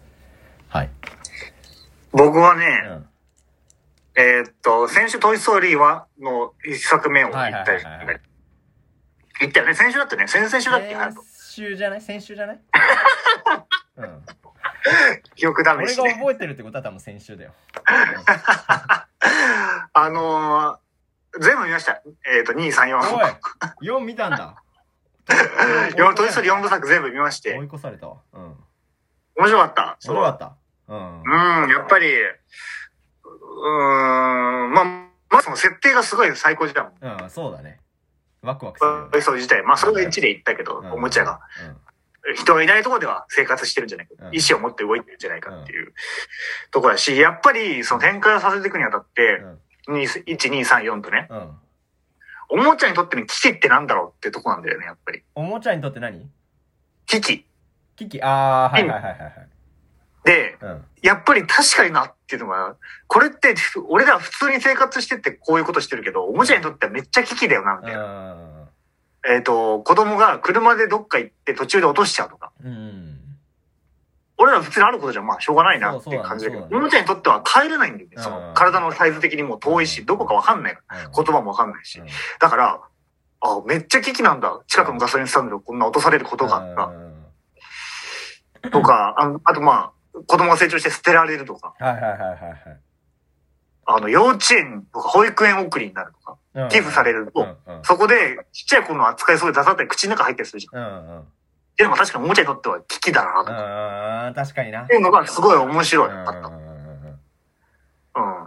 はい。 僕はね、うんえー、っと、先週トイストーリーはの一作目を言ったり、言ったよね。先週だったね。先々週だっけ？ 先週じゃない先週じゃないうん。 記憶ダメし、ね。 俺が覚えてるってことは多分先週だよ。 あのー、全部見ました。えっ、ー、と、に、さん、よん。おい、よん見たんだ。 よん、トイストーリーよんぶさく全部見まして。 追い越されたわ。うん。 面白かった。面白かった。うん。 うん、やっぱり、うーん、まあ、まあ、その設定がすごい最高じゃん。 うん、そうだね。ワクワクするよね。 トイストーリー自体。まあ、それがいちで言ったけど、うん、おもちゃが。うん、人がいないところでは生活してるんじゃないか。うん、意思を持って動いてるんじゃないかっていう、うん、ところだし、やっぱり、その展開をさせていくにあたって、うん、いち、に、さん、よんとね、うん、おもちゃにとっての危機ってなんだろうってとこなんだよね、やっぱり。 おもちゃにとって何？ 危機。 危機、あー、はいはいはいはい。 で、うん、やっぱり確かになっていうのが、これって、俺ら普通に生活してってこういうことしてるけど、おもちゃにとってはめっちゃ危機だよな、みたいな。えっと、子供が車でどっか行って途中で落としちゃうとか。うん、俺ら普通にあることじゃ、まあ、しょうがないなっていう感じだけど、おもちゃにとっては帰れないんだよね。その、体のサイズ的にもう遠いし、どこかわかんないから。言葉もわかんないし。だから、あ、めっちゃ危機なんだ。近くのガソリンスタンドでこんな落とされることがあった。とか、あ, あとまあ、子供が成長して捨てられるとか。 はいはいはいはい。 あの、幼稚園とか保育園送りになるとか。寄付されると、うんうん、そこでちっちゃい子の扱いすごい出さったり口の中入ったりするじゃん。うんうん、でも確かにおもちゃにとっては危機だなとか。 うん、確かにな。 っていうのがすごい面白い。かった。うん。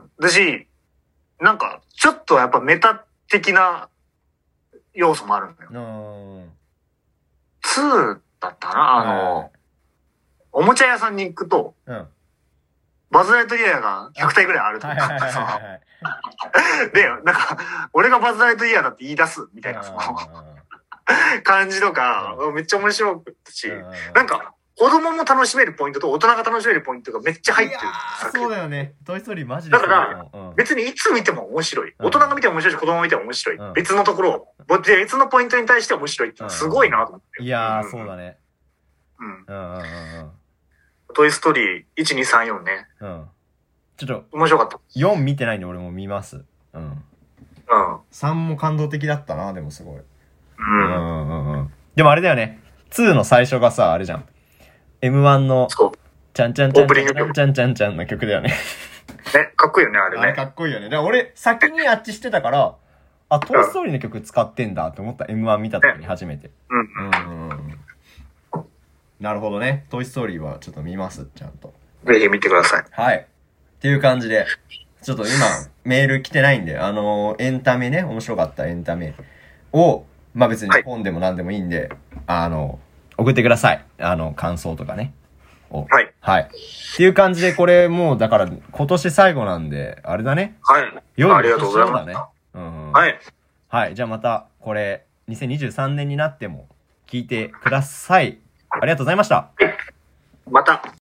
だし、なんか、ちょっとやっぱメタ的な要素もあるんだよ。うん。にだったな、あの、はい、おもちゃ屋さんに行くと、うん、バズ・ライトイヤーがひゃくたいぐらいあるとか、で、なんか、俺がバズ・ライトイヤーだって言い出すみたいな、その感じとか、めっちゃ面白くったし、なんか、子供も楽しめるポイントと大人が楽しめるポイントがめっちゃ入ってる。 そうだよね。トイストーリーマジで。 だから、うん、別にいつ見ても面白い。大人が見ても面白いし、子供が見ても面白い。うん、別のところを、別のポイントに対して面白いってすごいなと思って。 いやー、そうだね。 うん。うんうんうん。トイストーリーいち、に、さん、よんね。うん。 ちょっと、 面白かった。 よん見てないんで俺も見ます。うん。うん。さんも感動的だったな、でもすごい。うん。うんうんうん。でもあれだよね。にの最初がさ、あれじゃん。エムワン の、ちゃんちゃんちゃんちゃんちゃんちゃんちゃんちゃんの曲だよね。 ね、かっこいいよね、あれね。あれかっこいいよね。だから俺、先にあっちしてたから、あ、トイストーリーの曲使ってんだって思った エムワン 見た時に初めて。うん。うんうん。なるほどね。トイストーリーはちょっと見ます、ちゃんと。 ぜひ見てください。 はい。っていう感じで、ちょっと今、メール来てないんで、あのー、エンタメね、面白かったエンタメを、まあ別に本でも何でもいいんで、はい、あの、送ってください。あの、感想とかね。 はい。 はい。っていう感じで、これもう、だから、今年最後なんで、あれだね。 はい。 よありがとうございます。 ね。うん。 はい。 はい。じゃあまた、これ、にせんにじゅうさんねんになっても、聞いてください。ありがとうございました。 また。